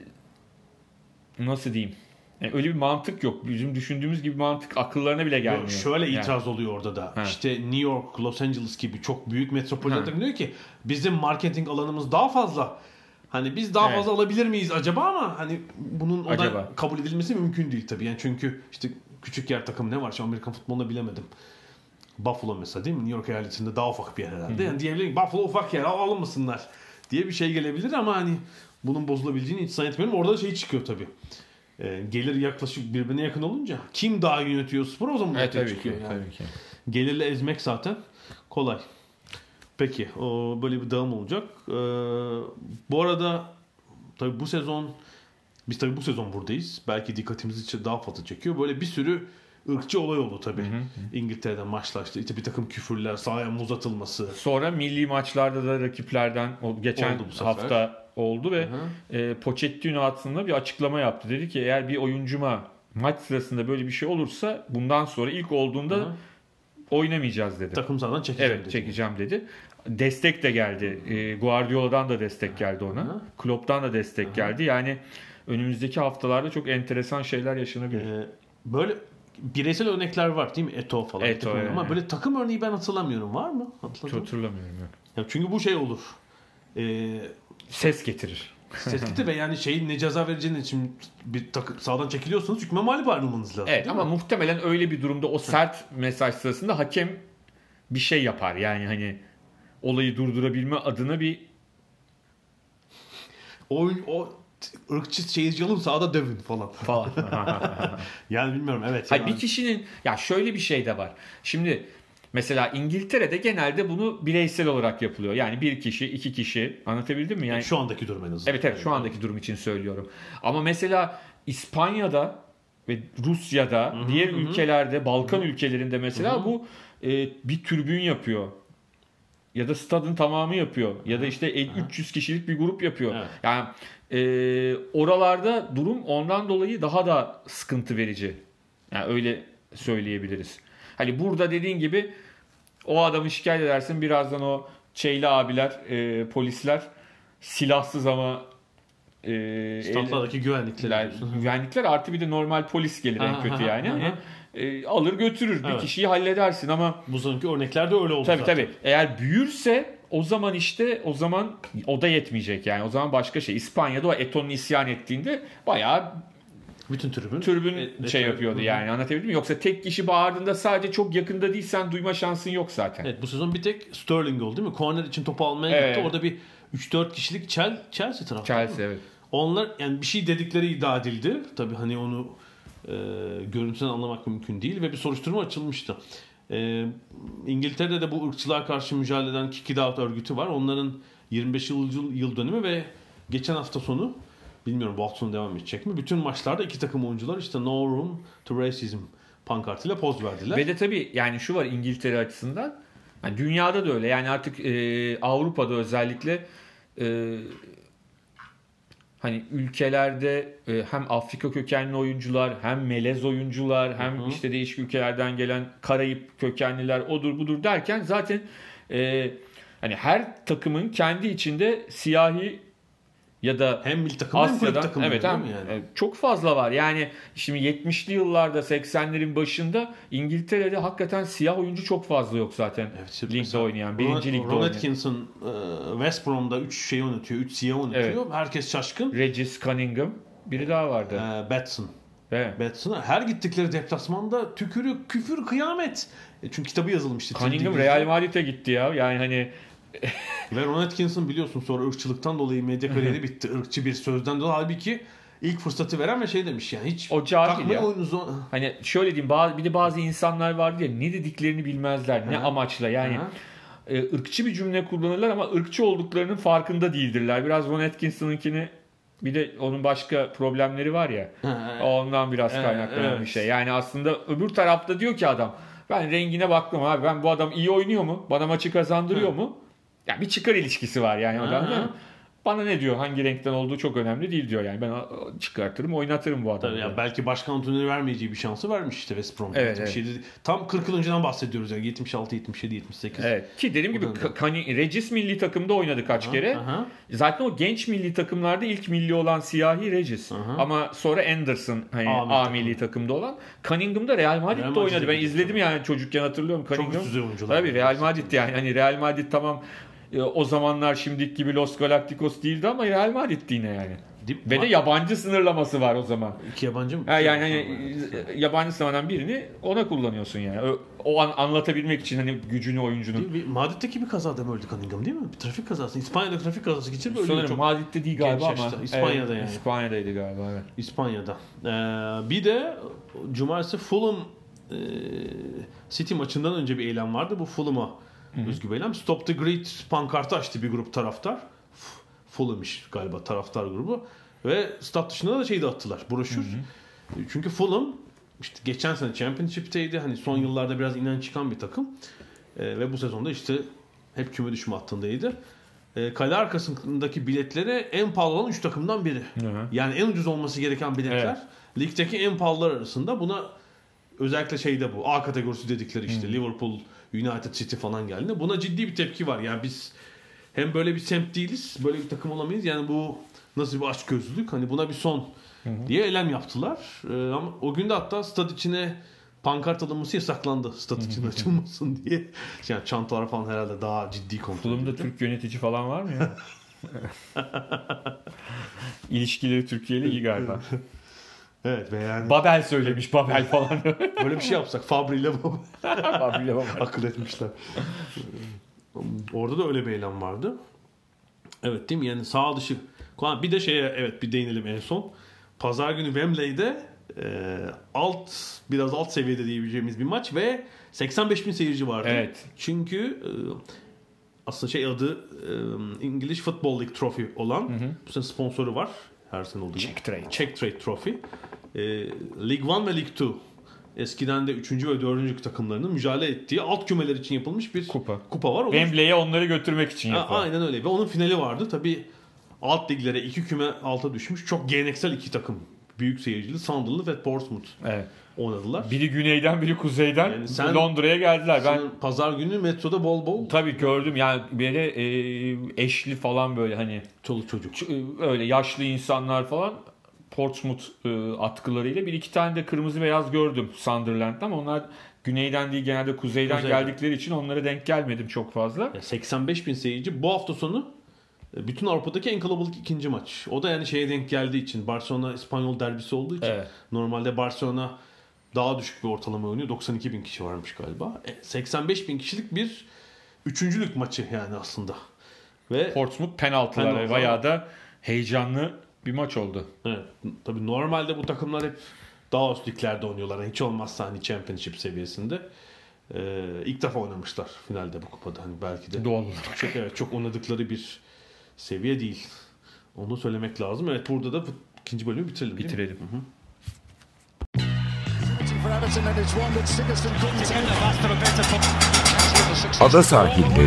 nasıl diyeyim? Yani öyle bir mantık yok. Bizim düşündüğümüz gibi mantık akıllarına bile gelmiyor. Şöyle Yani. itiraz oluyor orada da. Ha. İşte New York, Los Angeles gibi çok büyük metropoller Ha. diyor ki bizim marketing alanımız daha fazla. Hani biz daha Evet. fazla alabilir miyiz acaba, ama hani bunun o da Acaba. kabul edilmesi mümkün değil tabii. Yani çünkü işte küçük yer takım ne var? Şu Amerikan futbolunda bilemedim. Buffalo mesela değil mi? New York eyaletinde daha ufak bir yer herhalde. Yani diyebilir ki Buffalo ufak yer, al almasınlar diye bir şey gelebilir ama hani bunun bozulabileceğini hiç zannetmiyorum. Orada şey çıkıyor tabii. Ee, gelir yaklaşık birbirine yakın olunca kim daha iyi yönetiyor sporu, o zaman Evet, ortaya tabii çıkıyor. ki, Yani. tabii ki. Gelirle ezmek zaten kolay. Peki, o böyle bir dağım olacak. Ee, bu arada tabii bu sezon biz tabii bu sezon buradayız. Belki dikkatimizi için daha fazla çekiyor. Böyle bir sürü ırkçı olay oldu tabii. Hı hı. İngiltere'den maçlar işte, işte bir takım küfürler, sahaya muz atılması. Sonra milli maçlarda da rakiplerden o geçen Oldu bu sefer. hafta oldu ve Hı e, Pochettino aslında bir açıklama yaptı. Dedi ki eğer bir oyuncuma maç sırasında böyle bir şey olursa bundan sonra ilk olduğunda Hı hı. oynamayacağız dedi. Takım sahadan çekeceğim Evet dedi. çekeceğim dedi. Destek de geldi. E, Guardiola'dan da destek geldi ona. Hı. Klopp'tan da destek Hı. geldi. Yani önümüzdeki haftalarda çok enteresan şeyler yaşanabilir. Ee, böyle bireysel örnekler var değil mi? Eto'o falan. Eto'o, Takım- evet. Ama böyle takım örneği ben hatırlamıyorum. Var mı? Çok Hatırladın mı? hatırlamıyorum. Yok. Ya çünkü bu şey olur. Ee, Ses getirir. Seskiti ve yani şeyin ne ceza vereceğini için bir takım sağdan çekiliyorsanız hükme mağlup ayrılmanız lazım. Evet değil ama mi? muhtemelen öyle bir durumda o sert mesaj sırasında hakem bir şey yapar. Yani hani olayı durdurabilme adına bir O, o ırkçı seyirci alın sağda dövün falan. falan. Yani bilmiyorum, evet. Hayır, yani. bir kişinin ya şöyle bir şey de var. Şimdi mesela İngiltere'de genelde bunu bireysel olarak yapılıyor. Yani bir kişi, iki kişi, anlatabildim mi? Yani Şu andaki durum en azından. evet evet şu andaki durum için söylüyorum. Ama mesela İspanya'da ve Rusya'da, Hı hı, diğer hı. ülkelerde, Balkan ülkelerinde mesela Hı hı. bu e, bir tribün yapıyor. Ya da stadın tamamı yapıyor. Ya da işte üç yüz kişilik bir grup yapıyor. Evet. Yani e, oralarda durum ondan dolayı daha da sıkıntı verici. Yani öyle söyleyebiliriz. Hani burada dediğin gibi o adamı şikayet edersin. Birazdan o Çeyli abiler, e, polisler silahsız ama e, Statlardaki güvenlikler. el- güvenlikler artı bir de normal polis gelir en Aha, kötü aha, yani. aha. Hani, e, alır götürür. Bir Evet. kişiyi halledersin ama Bu sonraki örneklerde öyle oldu tabii zaten. tabii. Eğer büyürse o zaman işte o zaman o da yetmeyecek yani. O zaman başka şey. İspanya'da o Eto'nun isyan ettiğinde bayağı Bütün tribün. Tribün E, şey e, yapıyordu hı. yani, anlatabildim mi? Yoksa tek kişi bağırdığında sadece çok yakında değilsen duyma şansın yok zaten. Evet, bu sezon bir tek Sterling oldu değil mi? Corner için topu almaya Evet. gitti. Orada bir üç dört kişilik Chelsea, Chelsea tarafı. Chelsea, evet. Onlar yani bir şey dedikleri iddia edildi. Tabii hani onu e, görüntüden anlamak mümkün değil ve bir soruşturma açılmıştı. E, İngiltere'de de bu ırkçılığa karşı mücadele eden Kick It Out örgütü var. Onların yirmi beş yıl, yıl dönümü ve geçen hafta sonu, bilmiyorum bu hafta sonu devam edecek mi, bütün maçlarda iki takım oyuncular işte No Room to Racism pankartıyla poz verdiler. Ve de tabii yani şu var İngiltere açısından, yani dünyada da öyle yani artık e, Avrupa'da özellikle e, hani ülkelerde e, hem Afrika kökenli oyuncular, hem melez oyuncular, hem Hı hı. işte değişik ülkelerden gelen Karayip kökenliler, odur budur derken zaten e, hani her takımın kendi içinde siyahi ya da hem milli takım hem kulüp Asya'dan, takımı evet, değil hem, mi yani? e, çok fazla var. Yani şimdi yetmişli yıllarda, seksenlerin başında İngiltere'de hakikaten siyah oyuncu çok fazla yok zaten. Evet, Ligde mesela oynayan, birinci Ron, ligde Ron oynayan. Atkinson e, West Brom'da üç şey oynatıyor, üç siyah oynatıyor. Evet. Herkes şaşkın. Regis Cunningham, biri daha vardı. E, Batson. Evet. Batson'a her gittikleri deplasmanda tükürük, küfür, kıyamet. E, çünkü kitabı yazılmıştı. Cunningham Three Real Division'da. Madrid'e gitti ya. Yani hani Ve Ron Atkinson biliyorsun sonra ırkçılıktan dolayı medya kariyeri bitti. Irkçı bir sözden dolayı. Halbuki ilk fırsatı veren ve şey demiş yani hiç O cahil takmayın ya. oyununuzu. hani şöyle diyeyim, bazı, bir de bazı insanlar vardı ya, ne dediklerini bilmezler, ne Aha. amaçla yani. Aha. E, ırkçı bir cümle kullanırlar ama ırkçı olduklarının farkında değildirler. Biraz Ron Atkinson'ınkini, bir de onun başka problemleri var ya. Ondan biraz Evet, kaynaklanan evet. bir şey. Yani aslında öbür tarafta diyor ki adam, ben rengine baktım abi, ben bu adam iyi oynuyor mu? Bana maçı kazandırıyor mu? Ya bir çıkar ilişkisi var yani adam. Aha. Bana ne diyor, hangi renkten olduğu çok önemli değil diyor yani. Ben çıkartırım, oynatırım bu adamı. Tabii ya, diyor. belki başkan Antonio'ya vermeyeceği bir şansı vermiş işte West Brom'da. Evet, yetmiş yedi Tam kırk yıl önceden bahsediyoruz yani yetmiş altı, yetmiş yedi, yetmiş sekiz. Evet. Ki dediğim gibi O dönemde. Kani, Regis milli takımda oynadı kaç Aha, kere. aha. Zaten o genç milli takımlarda ilk milli olan siyahi Regis. Aha. Ama sonra Anderson hani A A, milli milli takımda olan. Cunningham da Real Madrid'de Real Madrid'de oynadı. Ben gidiyor izledim yani çocukken, hatırlıyorum Cunningham. üst düzey oyuncular. Tabii Real Madrid yani. Hani Real Madrid tamam e, o zamanlar şimdiki gibi Los Galacticos değildi ama Real Madrid'di yine yani. Dip- Ve de yabancı sınırlaması var o zaman. İki yabancı mı? Ha, yani hani e, yabancı sınırlanan birini ona kullanıyorsun yani. O, o an anlatabilmek için hani gücünü oyuncunun. Bir Madrid'deki bir kazada mı öldü Cunningham değil mi? Bir trafik kazası. İspanya'da trafik kazası geçirip ölüyor Sanırım çok. Madrid'de değil galiba genç ama. yaşta. İspanya'da yani. İspanya'daydı galiba, evet. İspanya'da. Ee, bir de Cumartesi Fulham e, City maçından önce bir eylem vardı. Bu Fulham'a özgü bir eylem. Stop the Greed pankartı açtı bir grup taraftar. F- Fulham'mış galiba taraftar grubu. Ve stat dışında da şey de attılar. Broşür. Çünkü Fulham işte geçen sene Championship'teydi. Hani son yıllarda biraz inen çıkan bir takım. Ee, ve bu sezonda işte hep küme düşme hattındaydı. Ee, kale arkasındaki biletlere en pahalı olan üç takımdan biri. Hı hı. Yani en ucuz olması gereken biletler Evet. ligdeki en pahalılar arasında. Buna özellikle şeyde bu A kategorisi dedikleri işte Liverpool, United, City falan geldi. Buna ciddi bir tepki var. Yani biz hem böyle bir semt değiliz, böyle bir takım olamayız. Yani bu nasıl bir açgözlülük? Hani buna bir son diye eylem yaptılar. Ee, ama o gün de hatta stad içine pankart alınması yasaklandı. Stad içine açılmasın diye. Yani çantalar falan herhalde daha ciddi kontrol Fulham'da edildi. Türk yönetici falan var mı ya? İlişkileri Türkiye ile iyi galiba. Evet ve yani Babel söylemiş, Babel falan. böyle bir şey yapsak Fabri ile Babel. Babel ile Babel. Akıl etmişler. Orada da öyle bir eylem vardı. Evet değil mi? Yani sağ dışı. Bir de şeye evet bir değinelim en son. Pazar günü Wembley'de e, alt biraz alt seviyede diyebileceğimiz bir maç ve seksen beş bin seyirci vardı. Evet. Çünkü e, aslında şey adı e, English Football League Trophy olan hı hı. bu sene sponsoru var. Her sene olduğu gibi. Czech Trade. Czech Trade Trophy. E, League bir ve League iki eskiden de üçüncü ve dördüncü takımlarının mücadele ettiği alt kümeler için yapılmış bir Kupa. kupa var. Onun, Wembley'e onları götürmek için ha, yapıyor. aynen öyle. Ve onun finali vardı. Tabii alt liglere iki küme alta düşmüş. Çok geleneksel iki takım. Büyük seyircili Sunderland ve Portsmouth Evet. oynadılar. Biri güneyden, biri kuzeyden Yani sen- Londra'ya geldiler. Ben Sen pazar günü metroda bol bol tabii gördüm yani, böyle e, eşli falan, böyle hani çoluk çocuk. ç- öyle yaşlı insanlar falan Portsmouth e, atkılarıyla, bir iki tane de kırmızı beyaz gördüm Sunderland'da ama onlar güneyden değil, genelde kuzeyden Kuzeyden. geldikleri için onlara denk gelmedim çok fazla. Ya seksen beş bin seyirci bu hafta sonu Bütün Avrupa'daki en kalabalık ikinci maç. O da yani şeye denk geldiği için, Barcelona İspanyol derbisi olduğu için. Evet. Normalde Barcelona daha düşük bir ortalama oynuyor. doksan iki bin kişi varmış galiba. E, seksen beş bin kişilik bir üçüncülük maçı yani aslında. Ve Portsmouth penaltıları Penaltılar. bayağı da heyecanlı bir maç oldu. evet, tabii normalde bu takımlar hep daha üst liglerde oynuyorlar. Yani hiç olmazsa hani Championship seviyesinde. Ee, ilk defa oynamışlar finalde bu kupada. Hani belki de Doğal olarak. çok, evet, çok oynadıkları bir seviye değil. Onu söylemek lazım. Evet, burada da bu ikinci bölümü bitirelim. değil mi? Bitirelim. Hı hı. Ada sahilleri.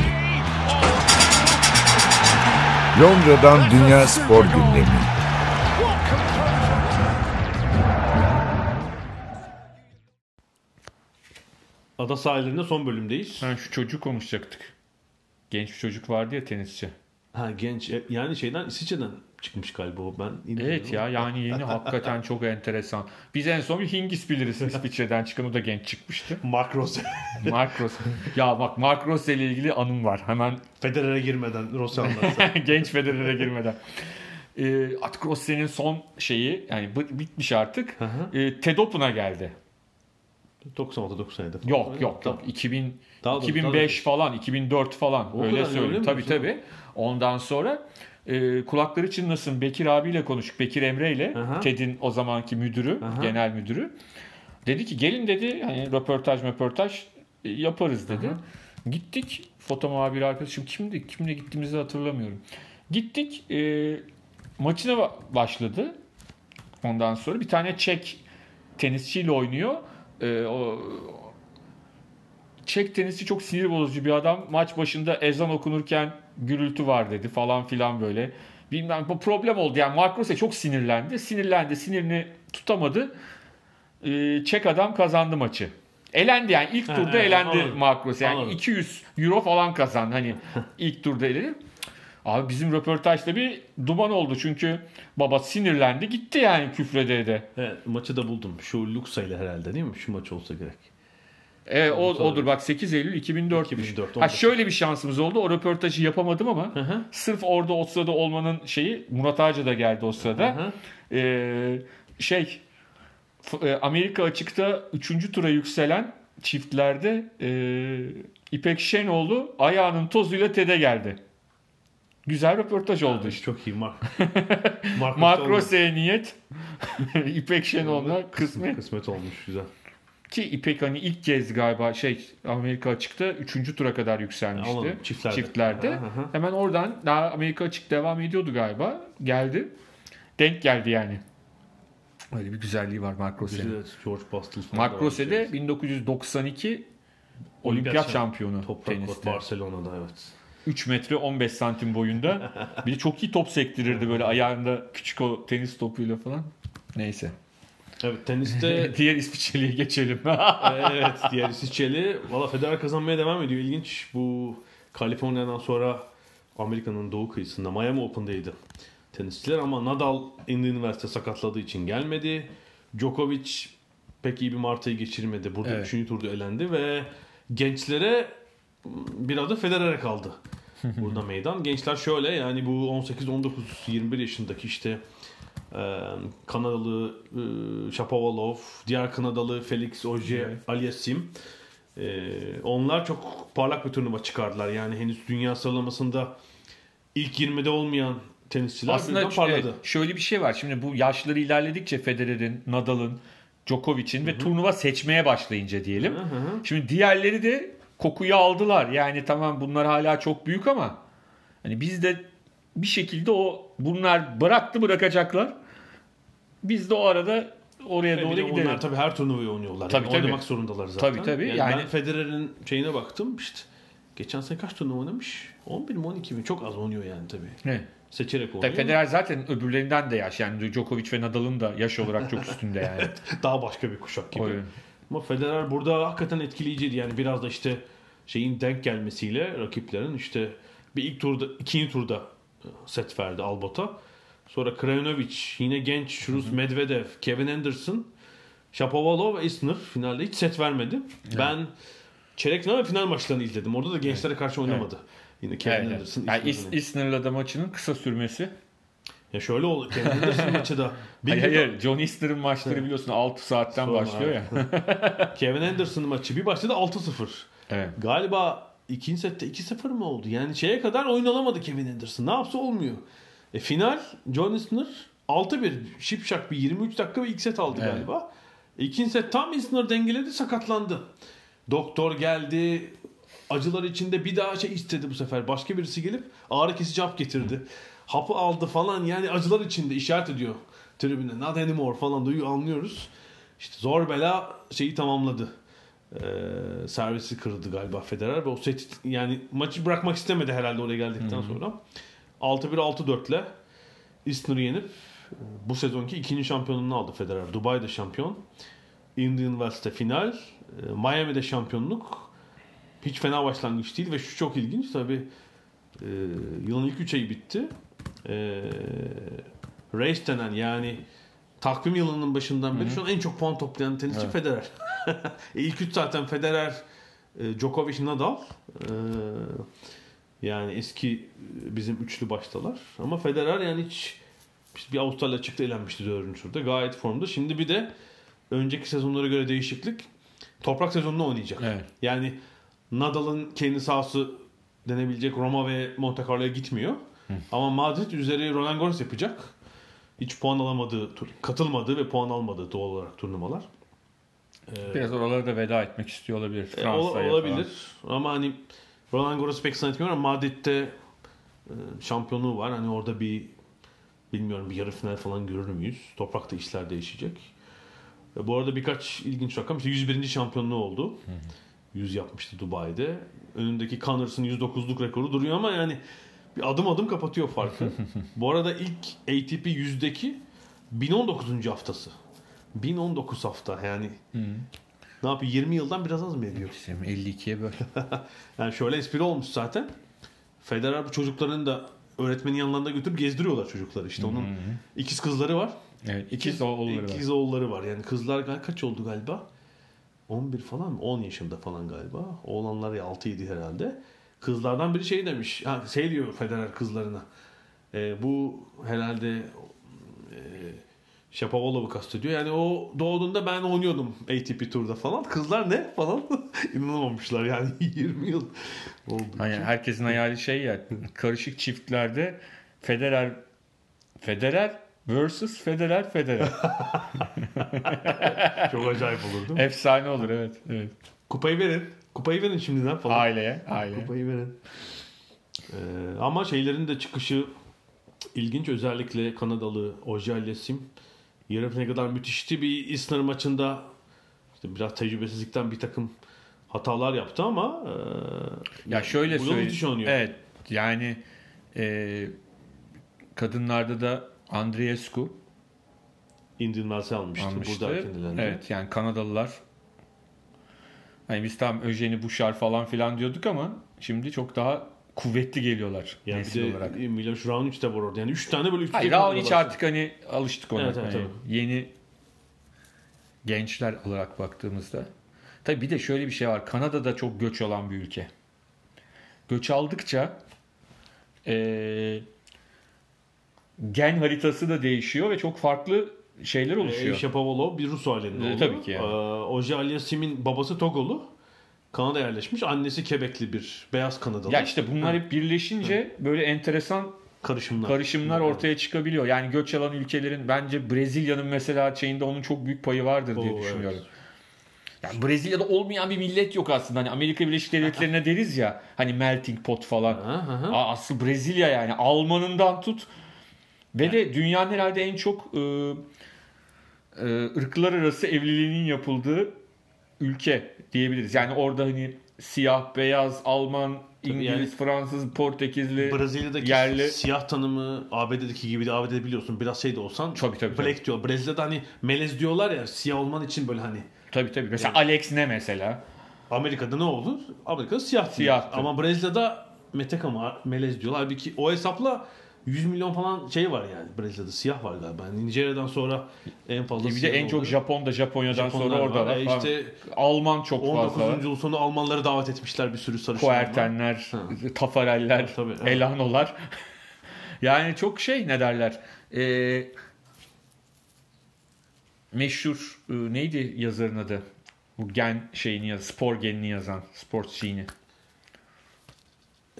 Londra'dan Dünya Spor Gündemi. Ada sahillerinde son bölümdeyiz. Ha, şu çocuğu konuşacaktık. Genç bir çocuk vardı ya, tenisçi. Ha, genç. E, Yani şeyden, İsviçre'den çıkmış galiba o. Ben Evet ya, yani yeni hakikaten çok enteresan. Biz en son bir Hingis biliriz, İsviçre'den çıkan, o da genç çıkmıştı. Mark Rose. Mark Rose. Ya bak, Mark Rose ile ilgili anım var. Hemen Federer'e girmeden Rose anlatsa. genç Federer'e girmeden. Ee, artık Rossi'nin son şeyi yani b- bitmiş artık. Hı hı. Ee, Ted Open'a geldi. doksan altı doksan yedi falan. Yok yok yok. iki bin, Daha da- iki bin daha beş da- falan, iki bin dört falan O öyle kadar söyleyeyim. öyle mi? Tabii tabii. Ondan sonra e, kulakları çınlasın, Bekir abiyle konuştuk. Bekir Emre ile, Aha. TED'in o zamanki müdürü, Aha. genel müdürü. Dedi ki gelin dedi, hani röportaj röportaj e, yaparız dedi. Aha. Gittik. Foto muhabiri arkadaşım kimdi? Kimle gittiğimizi hatırlamıyorum. Gittik. E, maçına ba- başladı. Ondan sonra bir tane Çek tenisçiyle oynuyor. E, o Çek tenisçi çok sinir bozucu bir adam. Maç başında ezan okunurken gürültü var dedi falan filan böyle. Bilmem, bu problem oldu. Yani Mark Rose çok sinirlendi. Sinirlendi. Sinirini tutamadı. Ee, Çek adam kazandı maçı. Elendi yani. İlk Ha, turda evet, elendi anladım. Mark Rose. Yani Anladım. iki yüz euro falan kazandı. Hani ilk turda elendi. Abi bizim röportajda bir duman oldu. Çünkü baba sinirlendi. Gitti yani küfrede de. Evet, maçı da buldum. Şu Luxa ile herhalde değil mi? Şu maç olsa gerek. E, o, Tabii. odur bak, sekiz Eylül iki bin dört. iki bin dört, Ha, on dokuz. şöyle bir şansımız oldu. O röportajı yapamadım ama Hı hı. sırf orada o sırada olmanın şeyi, Murat Ağaca da geldi o sırada. Hı hı. Ee, şey f- e, Amerika açıkta üçüncü tura yükselen çiftlerde e, İpek Şenoğlu ayağının tozuyla TED'e geldi. Güzel röportaj oldu Ha, işte. çok iyi Mark. Mark, Mark Rose Rose'ye niyet, İpek Şenoğlu'na kısmet. Kısmet olmuş, güzel. Ki İpek hani ilk kez galiba şey Amerika açıkta üçüncü tura kadar yükselmişti. Anladım, çiftlerde. Çiftlerde. Aha, aha. Hemen oradan daha Amerika açık devam ediyordu galiba. Geldi. Denk geldi yani. Öyle bir güzelliği var Mark Rose'nin. Güzel, George Bastel falan Mark da var Rose de şey. bin dokuz yüz doksan iki olimpiyat şampiyonu Toprak kort teniste. Barcelona'da, evet. üç metre on beş santim boyunda. Bir de çok iyi top sektirirdi böyle ayağında küçük o tenis topuyla falan. Neyse. Evet, teniste Diğer İsviçreli'ye geçelim. evet, diğer İsviçreli. Valla Federer kazanmaya devam ediyor. İlginç, bu Kaliforniya'dan sonra Amerika'nın doğu kıyısında Miami Open'daydı tenisçiler ama Nadal Indiana Üniversite sakatladığı için gelmedi. Djokovic pek iyi bir Mart ayı geçirmedi. Burada Evet. üçüncü turda elendi ve gençlere biraz da Federer'e kaldı. Burada meydan. Gençler şöyle, yani bu on sekiz on dokuz yirmi bir yaşındaki işte e, Kanadalı e, Shapovalov, diğer Kanadalı Felix Auger-Aliassime, e, onlar çok parlak bir turnuva çıkardılar. Yani henüz dünya sıralamasında ilk yirmide olmayan tenisçiler Aslında birden parladı. e, şöyle bir şey var. Şimdi bu yaşları ilerledikçe Federer'in, Nadal'ın, Djokovic'in ve turnuva seçmeye başlayınca diyelim. Hı hı. Şimdi diğerleri de kokuyu aldılar. Yani tamam, bunlar hala çok büyük ama hani biz de bir şekilde o bunlar bıraktı bırakacaklar. Biz de o arada oraya Ve doğru bir de gidelim. onlar tabii her turnuvayı oynuyorlar. Tabii, yani tabii. oynamak zorundalar zaten. Tabii, tabii. Yani, Yani- ben Federer'in şeyine baktım işte. Geçen sene kaç turnuva oynamış? on bir mi on iki mi? Çok az oynuyor yani tabii. Ne? Seçerek oynuyor. Tabii Federer zaten öbürlerinden de yaş. Yani Djokovic ve Nadal'ın da yaş olarak çok üstünde yani. Daha başka bir kuşak gibi. Oyun. Ama Federer burada hakikaten etkileyiciydi. Yani biraz da işte şeyin denk gelmesiyle rakiplerin işte bir ilk turda, ikinci turda set verdi Albot'a. Sonra Krajinovic, yine genç Şuruz Medvedev, Kevin Anderson, Shapovalov ve Isner finalde hiç set vermedi. Ben çeyrek final ve final maçlarını izledim. Orada da gençlere karşı oynamadı. Yine Kevin Evet, Anderson. yani Isner'ın. Isner'la da maçının kısa sürmesi. Ya şöyle oldu. Kevin Anderson maçı da. Hayır bir hayır. John Isner'ın maçları biliyorsun altı saatten Sorma başlıyor abi. ya. Kevin Anderson maçı bir başladı altı sıfır. Evet. Galiba ikinci sette iki sıfır mı oldu? Yani şeye kadar oyun alamadı Kevin Anderson. Ne yapsa olmuyor. E, final John Isner altı bir. Şipşak bir yirmi üç dakika ve ilk set aldı Evet. galiba. İkinci set tam Isner dengeledi, sakatlandı. Doktor geldi. Acılar içinde bir daha şey istedi bu sefer. Başka birisi gelip ağrı kesici hap getirdi. Hapı aldı falan, yani acılar içinde işaret ediyor tribüne. Not anymore falan duyuyor, anlıyoruz. İşte zor bela şeyi tamamladı. Ee, servisi kırıldı galiba Federer ve o set, yani maçı bırakmak istemedi herhalde oraya geldikten Hı-hı. sonra. altı bir altı dört ile Isner'ı yenip bu sezonki ikinci şampiyonluğunu aldı Federer. Dubai'de şampiyon. Indian Wells'te final. Miami'de şampiyonluk. Hiç fena başlangıç değil ve şu çok ilginç tabii. E, yılın ilk üç ayı bitti. E, race denen, yani takvim yılının başından beri şu an en çok puan toplayan tenisçi Evet. Federer. e, ilk üç zaten Federer, e, Djokovic, Nadal. E, yani eski bizim üçlü baştalar. Ama Federer yani hiç işte bir Avustralya çıktı, elenmişti dördüncü turda. Gayet formda. Şimdi bir de önceki sezonlara göre değişiklik. Toprak sezonunu oynayacak. Evet. Yani Nadal'ın kendi sahası denebilecek Roma ve Monte Carlo'ya gitmiyor. Hı. Ama Madrid üzeri Roland Garros yapacak. Hiç puan alamadığı, tur- katılmadığı ve puan almadığı doğal olarak turnuvalar. Ee, Biraz oralara da veda etmek istiyor olabilir. e, Fransa'ya ol- olabilir. falan. Ama hani Roland Garros'u pek zannetmiyorum ama Madrid'de e, şampiyonluğu var. Hani orada bir, bilmiyorum, bir yarı final falan görür müyüz? Toprakta işler değişecek. E, bu arada birkaç ilginç rakam. İşte yüz birinci şampiyonluğu oldu. Hı hı. yüz yapmıştı Dubai'de. Önündeki Connors'ın yüz dokuzluk rekoru duruyor ama yani bir adım adım kapatıyor farkı. Bu arada ilk A T P yüzdeki bin on dokuzuncu haftası. bin on dokuz hafta yani. Hı. Ne yapıyor? yirmi yıldan biraz az mı ediyor? elli ikiye böl. Yani şöyle espri olmuş zaten. Federer bu çocuklarını da öğretmenin yanlarında götürüp gezdiriyorlar çocukları. İşte onun Hı hı. ikiz kızları var. Evet, ikiz oğulları var. İkiz oğulları var. Yani kızlar gal- kaç oldu galiba? on bir falan mı? on yaşında falan galiba. Oğlanlar altı yedi herhalde. Kızlardan biri şey demiş. Ha, şey diyor Federer kızlarına. E, bu herhalde e, Shapovalov'u kastediyor. Yani o doğduğunda ben oynuyordum A T P Tur'da falan. Kızlar ne falan. İnanamamışlar yani yirmi yıl oldu. Hani herkesin hayali şey ya, karışık çiftlerde Federer Federer versus Federer Federer. Çok acayip olur değil mi? Efsane olur, evet. Evet. Kupayı verin. Kupayı verin şimdiden falan. Aileye, aileye. Kupayı verin. Ee, ama şeylerin de çıkışı ilginç. Özellikle Kanadalı Auger-Aliassime yarı ne kadar müthişti. Bir Isner maçında işte biraz tecrübesizlikten bir takım hatalar yaptı ama e, Ya şöyle bu yıl müthiş söyleyeyim. oynuyor. Evet. Yani e, kadınlarda da Andreescu Indian Wells'i almıştı. almıştı. Burada erken Evet, yani Kanadalılar, hani biz tam Eugenie Bouchard falan filan diyorduk ama şimdi çok daha kuvvetli geliyorlar Yani nesil bir de olarak. Miloš Raonic de var orada. Yani üç tane böyle üst Hayır, üste Raonic Kanadalılar. artık hani alıştık ona. Evet, evet, Hani tabii. yeni gençler olarak baktığımızda. Tabii bir de şöyle bir şey var. Kanada'da çok göç alan bir ülke. Göç aldıkça eee gen haritası da değişiyor ve çok farklı şeyler oluşuyor. E, Shapovalov bir Rus ailinde E, oldu. tabii ki yani. E, Auger-Aliassime'in babası Togolu. Kanada'ya yerleşmiş. Annesi Quebec'li bir beyaz Kanadalı. Ya işte bunlar hep birleşince böyle enteresan karışımlar. karışımlar ortaya çıkabiliyor. Yani göç alan ülkelerin, bence Brezilya'nın mesela şeyinde onun çok büyük payı vardır diye Oo, düşünüyorum. evet. Yani Brezilya'da olmayan bir millet yok aslında. Hani Amerika Birleşik Devletleri'ne deriz ya, hani melting pot falan. Aha, aha. Aa, aslı Brezilya yani. Almanından tut. Ve de dünyanın herhalde en çok e, e, ırklar arası evliliğinin yapıldığı ülke diyebiliriz. Yani orada hani siyah, beyaz, Alman, İngiliz, yani Fransız, Portekizli, Brezilya'daki yerli. siyah tanımı A B D'deki gibi de A B D'de biliyorsun biraz şey de olsan Tabii, tabii, black diyor. Brezilya'da hani melez diyorlar ya siyah olman için böyle hani. Tabii tabii. Mesela Alex ne mesela? Amerika'da ne olur? Amerika'da siyah diyor. Siyahtı. Ama Brezilya'da Meteka mı melez diyorlar. Halbuki o hesapla yüz milyon falan şey var yani Brezilya'da siyah var galiba. Yani Nijerya'dan sonra en fazla Bir de siyah en çok oldu. Japon da Japonya'dan Japonlar sonra orada var. var. E falan. işte Alman çok on fazla var. dokuzuncu yıl sonu Almanları davet etmişler bir sürü sarışınlar. Koertenler, Ha. Tafareller, Evet, tabii, evet. Elanolar. Yani çok şey ne derler. Ee, meşhur e, neydi yazarın adı? Bu gen şeyini yaz, spor genini yazan, spor şeyini. Ee,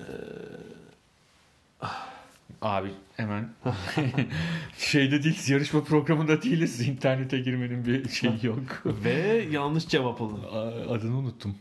Abi hemen şeyde değiliz, yarışma programında değiliz. İnternete girmenin bir şeyi yok. Ve yanlış cevap alın. Aa, Adını unuttum.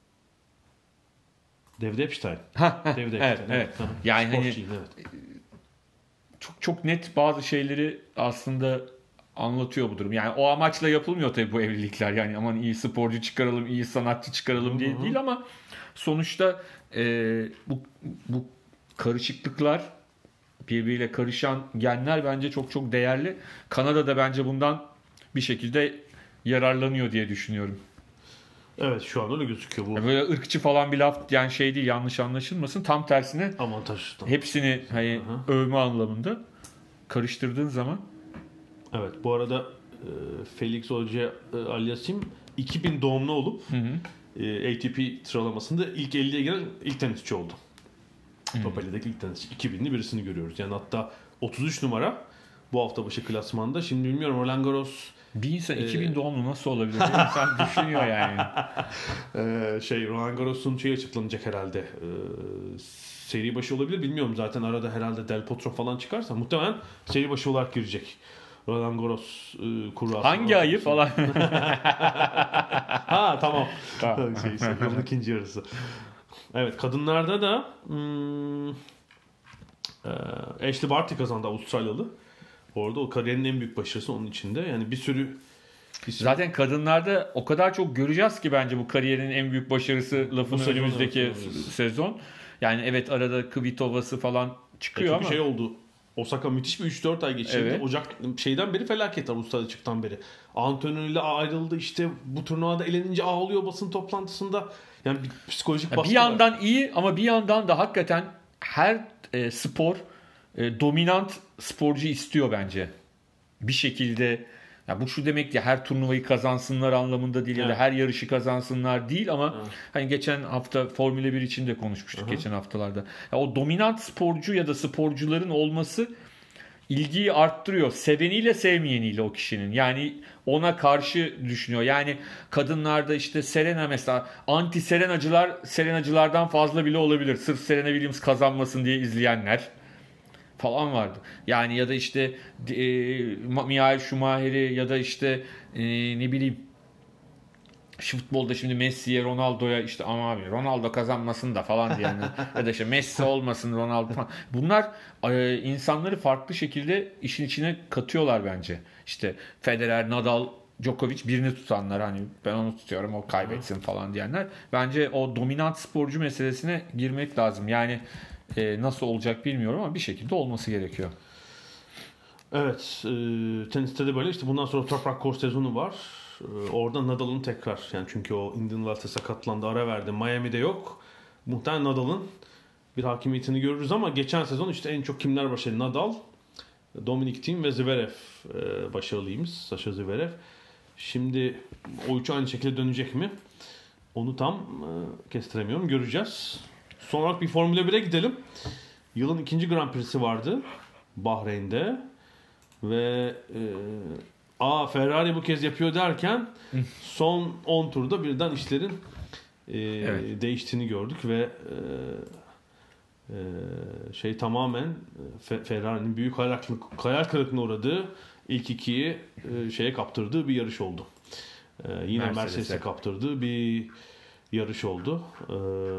David Epstein. Ha, ha, David evet, Epstein. evet. Hı. Yani hani Sportçuyum, evet. çok çok net bazı şeyleri aslında anlatıyor bu durum. Yani o amaçla yapılmıyor tabii bu evlilikler. Yani aman iyi sporcu çıkaralım, iyi sanatçı çıkaralım diye Hı hı. değil ama sonuçta e, bu bu karışıklıklar, birbiriyle karışan genler bence çok çok değerli. Kanada da bence bundan bir şekilde yararlanıyor diye düşünüyorum. Evet şu an öyle gözüküyor bu. Yani böyle ırkçı falan bir laf yani şey değil, yanlış anlaşılmasın. Tam tersine Avantajdan. hepsini hani Hı övme anlamında karıştırdığın zaman. Evet bu arada e, Felix Auger Aliassime iki bin doğumlu olup Hı hı. e, A T P sıralamasında ilk elliye giren ilk tenisçi oldu. Hı. Top elli'deki ilk tenisçi. iki binli birisini görüyoruz. Yani hatta otuz üç numara bu hafta başı klasmanda. Şimdi bilmiyorum Roland Garros Bir insan Ee, iki bin doğumlu nasıl olabilir? Bir insan düşünüyor yani. e, şey Roland Garros'un şey açıklanacak herhalde. E, seri başı olabilir bilmiyorum. Zaten arada herhalde Del Potro falan çıkarsa muhtemelen seri başı olarak girecek. Roland Garros e, kurrası. Hangi ayı falan. Ha tamam. Tamam. şey, işte, yılın ikinci yarısı. Evet kadınlarda da hmm, e, Ashley Barty kazandı Avustralyalı. Orada o kariyerin en büyük başarısı onun içinde. Yani bir sürü isim- Zaten kadınlarda o kadar çok göreceğiz ki bence bu kariyerin en büyük başarısı lafını sezon, önümüzdeki evet, s- evet. sezon. Yani evet arada Kvitova'sı falan çıkıyor Çünkü ama. şey oldu. Osaka müthiş bir üç dört ay geçirdi. Evet. Ocak şeyden beri felaket Avustralya çıktan beri. Antonio ile ayrıldı işte bu turnuvada elenince ağlıyor basın toplantısında. Yani bir psikolojik Ya baskı bir var. yandan iyi ama bir yandan da hakikaten her e, spor e, dominant sporcu istiyor bence. Bir şekilde ya bu şu demek ya her turnuvayı kazansınlar anlamında değil ya da Evet. her yarışı kazansınlar değil ama Evet. hani geçen hafta Formula bir için de konuşmuştuk Aha. geçen haftalarda. Ya o dominant sporcu ya da sporcuların olması ilgiyi arttırıyor. Seveniyle sevmeyeniyle o kişinin. Yani ona karşı düşünüyor. Yani kadınlarda işte Serena mesela anti Serenacılar Serenacılardan fazla bile olabilir. Sırf Serena Williams kazanmasın diye izleyenler falan vardı. Yani ya da işte e, Michael Schumacher'i ya da işte e, ne bileyim şu futbolda şimdi Messi'ye Ronaldo'ya işte ama abi Ronaldo kazanmasın da falan diyenler ya da işte Messi olmasın Ronaldo falan. Bunlar e, insanları farklı şekilde işin içine katıyorlar bence. İşte Federer, Nadal, Djokovic birini tutanlar hani ben onu tutuyorum o kaybetsin falan diyenler. Bence o dominant sporcu meselesine girmek lazım. Yani e, nasıl olacak bilmiyorum ama bir şekilde olması gerekiyor. Evet. E, teniste de böyle işte bundan sonra Toprak Kors sezonu var. E, orada Nadal'ın tekrar yani çünkü o Indian Wells'e sakatlandı ara verdi. Miami'de yok. Muhtemelen Nadal'ın bir hakimiyetini görürüz ama geçen sezon işte en çok kimler başarılı? Nadal, Dominic Thiem ve Zverev e, başarılıymış. Sasha Zverev. Şimdi o üçü aynı şekilde dönecek mi? Onu tam e, kestiremiyorum. Göreceğiz. Son olarak bir Formula bire gidelim. Yılın ikinci Grand Prix'si vardı. Bahreyn'de. Ve e, aa Ferrari bu kez yapıyor derken son on turda birden işlerin e, Evet. değiştiğini gördük ve e, e, şey tamamen Fe- Ferrari'nin büyük hayal kırıklığına, hayal kırıklığına uğradığı ilk ikiyi e, şeye kaptırdığı bir yarış oldu. E, yine Mercedes'e. Mercedes'e kaptırdığı bir yarış oldu. E,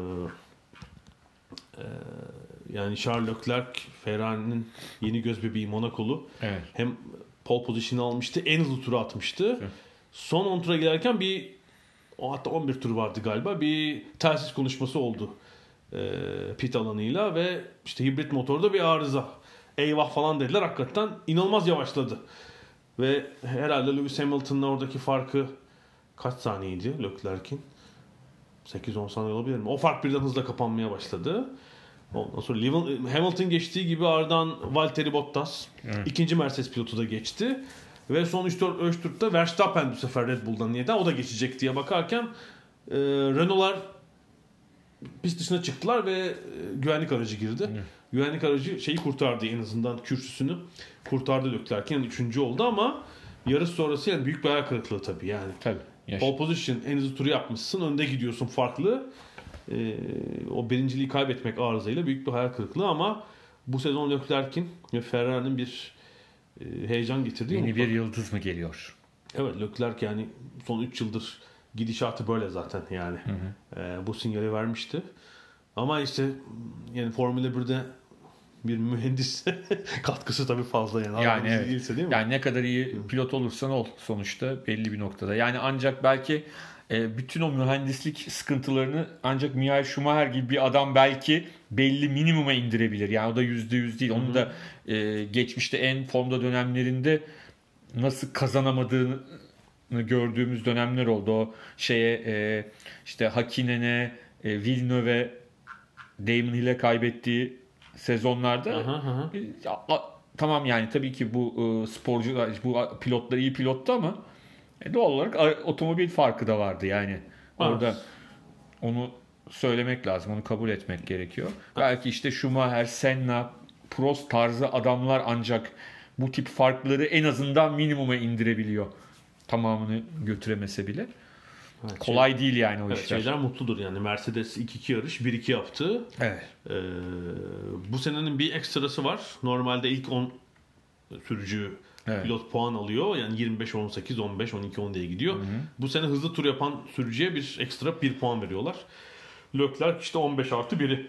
e, yani Charles Leclerc Ferrari'nin yeni göz bebeği Monakolu. Evet. Hem pole position'ı almıştı, en hızlı turu atmıştı. Evet. Son on tura gelirken bir o hatta on bir tur vardı galiba. Bir telsiz konuşması oldu e, pit alanıyla ve işte hibrit motorda bir arıza. Eyvah falan dediler. Hakikaten inanılmaz yavaşladı. Ve herhalde Lewis Hamilton'la oradaki farkı kaç saniyeydi Leclerc'in? sekiz on saniye olabilir mi? O fark birden hızla kapanmaya başladı. Ondan sonra Lewin- Hamilton geçtiği gibi ardından Valtteri Bottas Evet. ikinci Mercedes pilotu da geçti. Ve son üç dört turda Verstappen bu sefer Red Bull'dan niyeten o da geçecek diye bakarken e, Renault'lar pist dışına çıktılar ve e, güvenlik aracı girdi. Evet. Güvenlik aracı şeyi kurtardı, en azından kürsüsünü kurtardı Leclerc'in. Yani üçüncü oldu ama yarış sonrası yani büyük bir hayal kırıklığı tabii yani. Tabii. Yaş- Pole position, en hızlı turu yapmışsın, önde gidiyorsun farklı. Ee, o birinciliği kaybetmek arızayla büyük bir hayal kırıklığı ama bu sezon Leclerc'in ve Ferrari'nin bir e, heyecan getirdiği Yeni mutlaka. bir yıldız mı geliyor? Evet, Leclerc yani son üç yıldır gidişatı böyle zaten yani. Hı hı. Ee, bu sinyali vermişti. Ama işte yani Formula birde bir mühendis katkısı tabii fazla yani. Yani Aramız evet. değilse değil mi? Yani ne kadar iyi pilot olursan ol sonuçta belli bir noktada. Yani ancak belki e, bütün o mühendislik sıkıntılarını ancak Michael Schumacher gibi bir adam belki belli minimuma indirebilir. Yani o da yüzde yüz değil. Onun da e, geçmişte en formda dönemlerinde nasıl kazanamadığını gördüğümüz dönemler oldu. O şeye e, işte Hakinen'e, e, Villeneuve'e, Damon Hill'e kaybettiği sezonlarda Aha, aha. e, a- tamam yani tabii ki bu e, sporcular, bu a- pilotlar iyi pilottu ama e, doğal olarak a- otomobil farkı da vardı yani. Orada Evet. onu söylemek lazım, onu kabul etmek gerekiyor. Belki işte Schumacher, Senna, Prost tarzı adamlar ancak bu tip farkları en azından minimuma indirebiliyor. Tamamını götüremese bile. Evet, Kolay değil yani o Evet, işler. şeyler mutludur yani. Mercedes iki iki yarış bir iki yaptı. Evet. Ee, bu senenin bir ekstrası var. Normalde ilk on sürücü Evet. pilot puan alıyor. Yani yirmi beş on sekiz on beş on iki on diye gidiyor. Bu sene hızlı tur yapan sürücüye bir ekstra bir puan veriyorlar. Leclerc işte on beş artı biri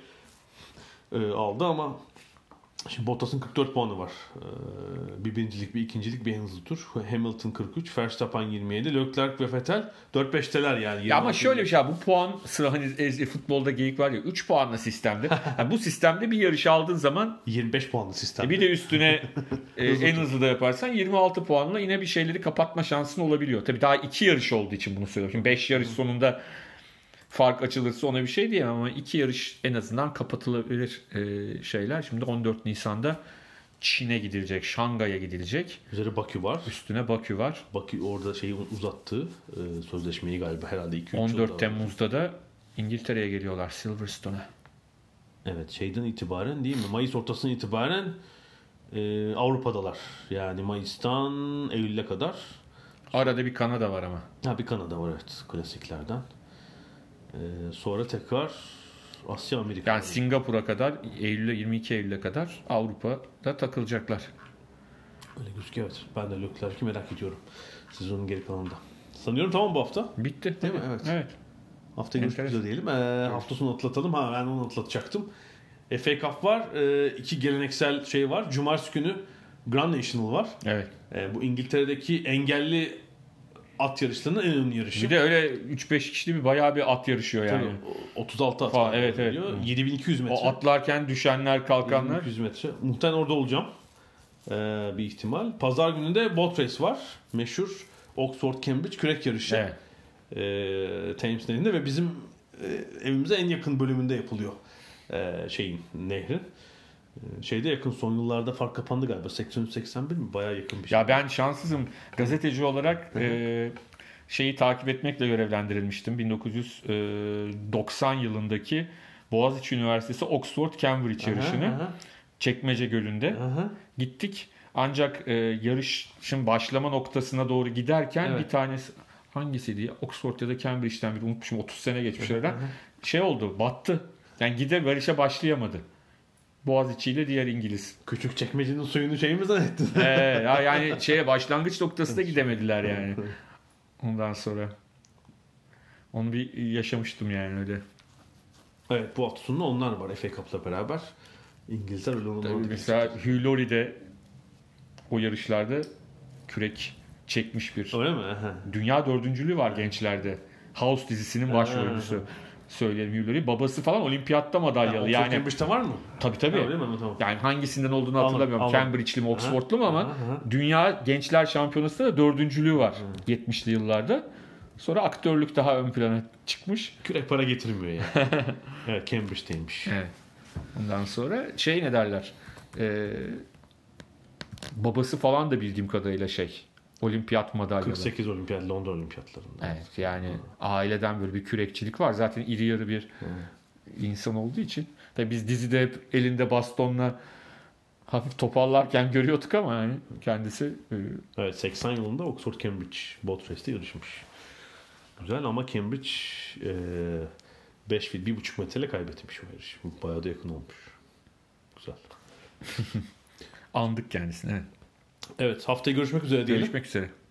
e, aldı ama şimdi Bottas'ın kırk dört puanı var. Ee, bir birincilik, bir ikincilik, bir en hızlı tur. Hamilton kırk üç, Verstappen yirmi yedi, Leclerc ve Vettel dört beşteler yani. Ya ama şöyle bir şey, bu puan sıra hani e, futbolda geyik var ya, üç puanlı sistemde. Yani bu sistemde bir yarış aldığın zaman yirmi beş puanlı sistem. e, bir de üstüne e, en hızlı da yaparsan yirmi altı puanla yine bir şeyleri kapatma şansın olabiliyor. Tabii daha iki yarış olduğu için bunu söylüyorum. Şimdi beş yarış sonunda fark açılırsa ona bir şey diyemem ama iki yarış en azından kapatılabilir e, şeyler. Şimdi on dört Nisan'da Çin'e gidilecek, Şangay'a gidilecek. Üzeri Bakü var. Üstüne Bakü var. Bakü orada şeyi uzattı. E, sözleşmeyi galiba herhalde iki üç on yılda. dört Temmuz'da da İngiltere'ye geliyorlar, Silverstone'a. Evet, şeyden itibaren değil mi? Mayıs ortasından itibaren e, Avrupa'dalar. Yani Mayıs'tan Eylül'e kadar. Arada bir Kanada var ama. Ha, bir Kanada var evet, klasiklerden. E, sonra tekrar Asya, Amerika. Yani Singapur'a kadar, Eylül'e yirmi iki Eylül'e kadar Avrupa'da takılacaklar. Öyle gözüküyor evet. Ben de Leclerc'i merak ediyorum. Sezonun geri kalanında. Sanıyorum tamam bu hafta. Bitti. Değil mi? Evet. Evet. Haftayı görüşmek Enteresan. üzere diyelim. Ee, hafta sonu atlatalım. Ha, ben onu atlatacaktım. F A Cup var. Ee, iki geleneksel şey var. Cumartesi günü Grand National var. Evet. Ee, bu İngiltere'deki engelli at yarışlarının en önemli yarışı. Bir de öyle üç beş kişili bir bayağı bir at yarışıyor yani. Tabii, otuz altı at. Falan, var evet, evet. geliyor. yedi bin iki yüz metre. O atlarken düşenler, kalkanlar. yedi bin iki yüz metre. Muhtemelen orada olacağım. Ee, bir ihtimal. Pazar günü de boat race var. Meşhur Oxford Cambridge kürek yarışı. Evet. Ee, Thames Nehri'nde ve bizim e, evimize en yakın bölümünde yapılıyor. Ee, şeyin, nehrin. Ee, şeyde yakın, son yıllarda fark kapandı galiba. seksen üç seksen bir mi? Bayağı yakın bir şey. Ya ben şanssızım. Gazeteci olarak e, şeyi takip etmekle görevlendirilmiştim. bin dokuz yüz doksan yılındaki Boğaziçi Üniversitesi Oxford Cambridge yarışını. Aha, aha, Çekmece Gölü'nde aha. gittik. Ancak e, yarışın başlama noktasına doğru giderken Evet. bir tanesi, hangisiydi ya? Oxford ya da Cambridge'den biri, unutmuşum, otuz sene geçmiş aradan. Şey oldu, battı. Yani gide yarışa başlayamadı. Boğaziçi ile diğer İngiliz. Küçük çekmecenin suyunu şey mi zannettin? Ee, ya yani şeye, başlangıç noktasına gidemediler yani. Ondan sonra onu bir yaşamıştım yani öyle. Evet, bu hafta sonu onlar var F A Cup'la beraber. İngilizler öyle onu Tabii orada mesela geçecek. Hugh Laurie de o yarışlarda kürek çekmiş bir. Öyle mi? Aha. Dünya dördüncülüğü var gençlerde. House dizisinin başrolcüsü. Söyleyelim Hugh Laurie. Babası falan olimpiyatta madalyalı. Oxford Yani Cambridge'de var mı? tabii tabii. Ha, öyle mi? Tamam. Yani hangisinden olduğunu Anladım, hatırlamıyorum. anladım. Cambridge'li mi, Oxford'lu mu ama Aha, aha. Dünya Gençler Şampiyonası'nda da dördüncülüğü var yetmişli yıllarda. Sonra aktörlük daha ön plana çıkmış. Kürek para getirmiyor yani. Evet, Cambridge'deymiş. Evet. Ondan sonra şey ne derler? Ee, babası falan da bildiğim kadarıyla şey olimpiyat madalyalı. kırk sekiz olimpiyat, Londra olimpiyatlarında. Evet, yani Hı. aileden böyle bir kürekçilik var. Zaten iri yarı bir Hı. insan olduğu için. Tabii biz dizide hep elinde bastonla hafif topallarken görüyorduk ama yani kendisi... Evet, seksen yılında Oxford Cambridge Boat Race'te yarışmış. Güzel ama Cambridge beş fil bir buçuk metreyle kaybetmiş o yarış. Bayağı da yakın olmuş. Güzel. Andık kendisini. Evet. Evet, haftaya görüşmek üzere diyelim. Görüşmek üzere.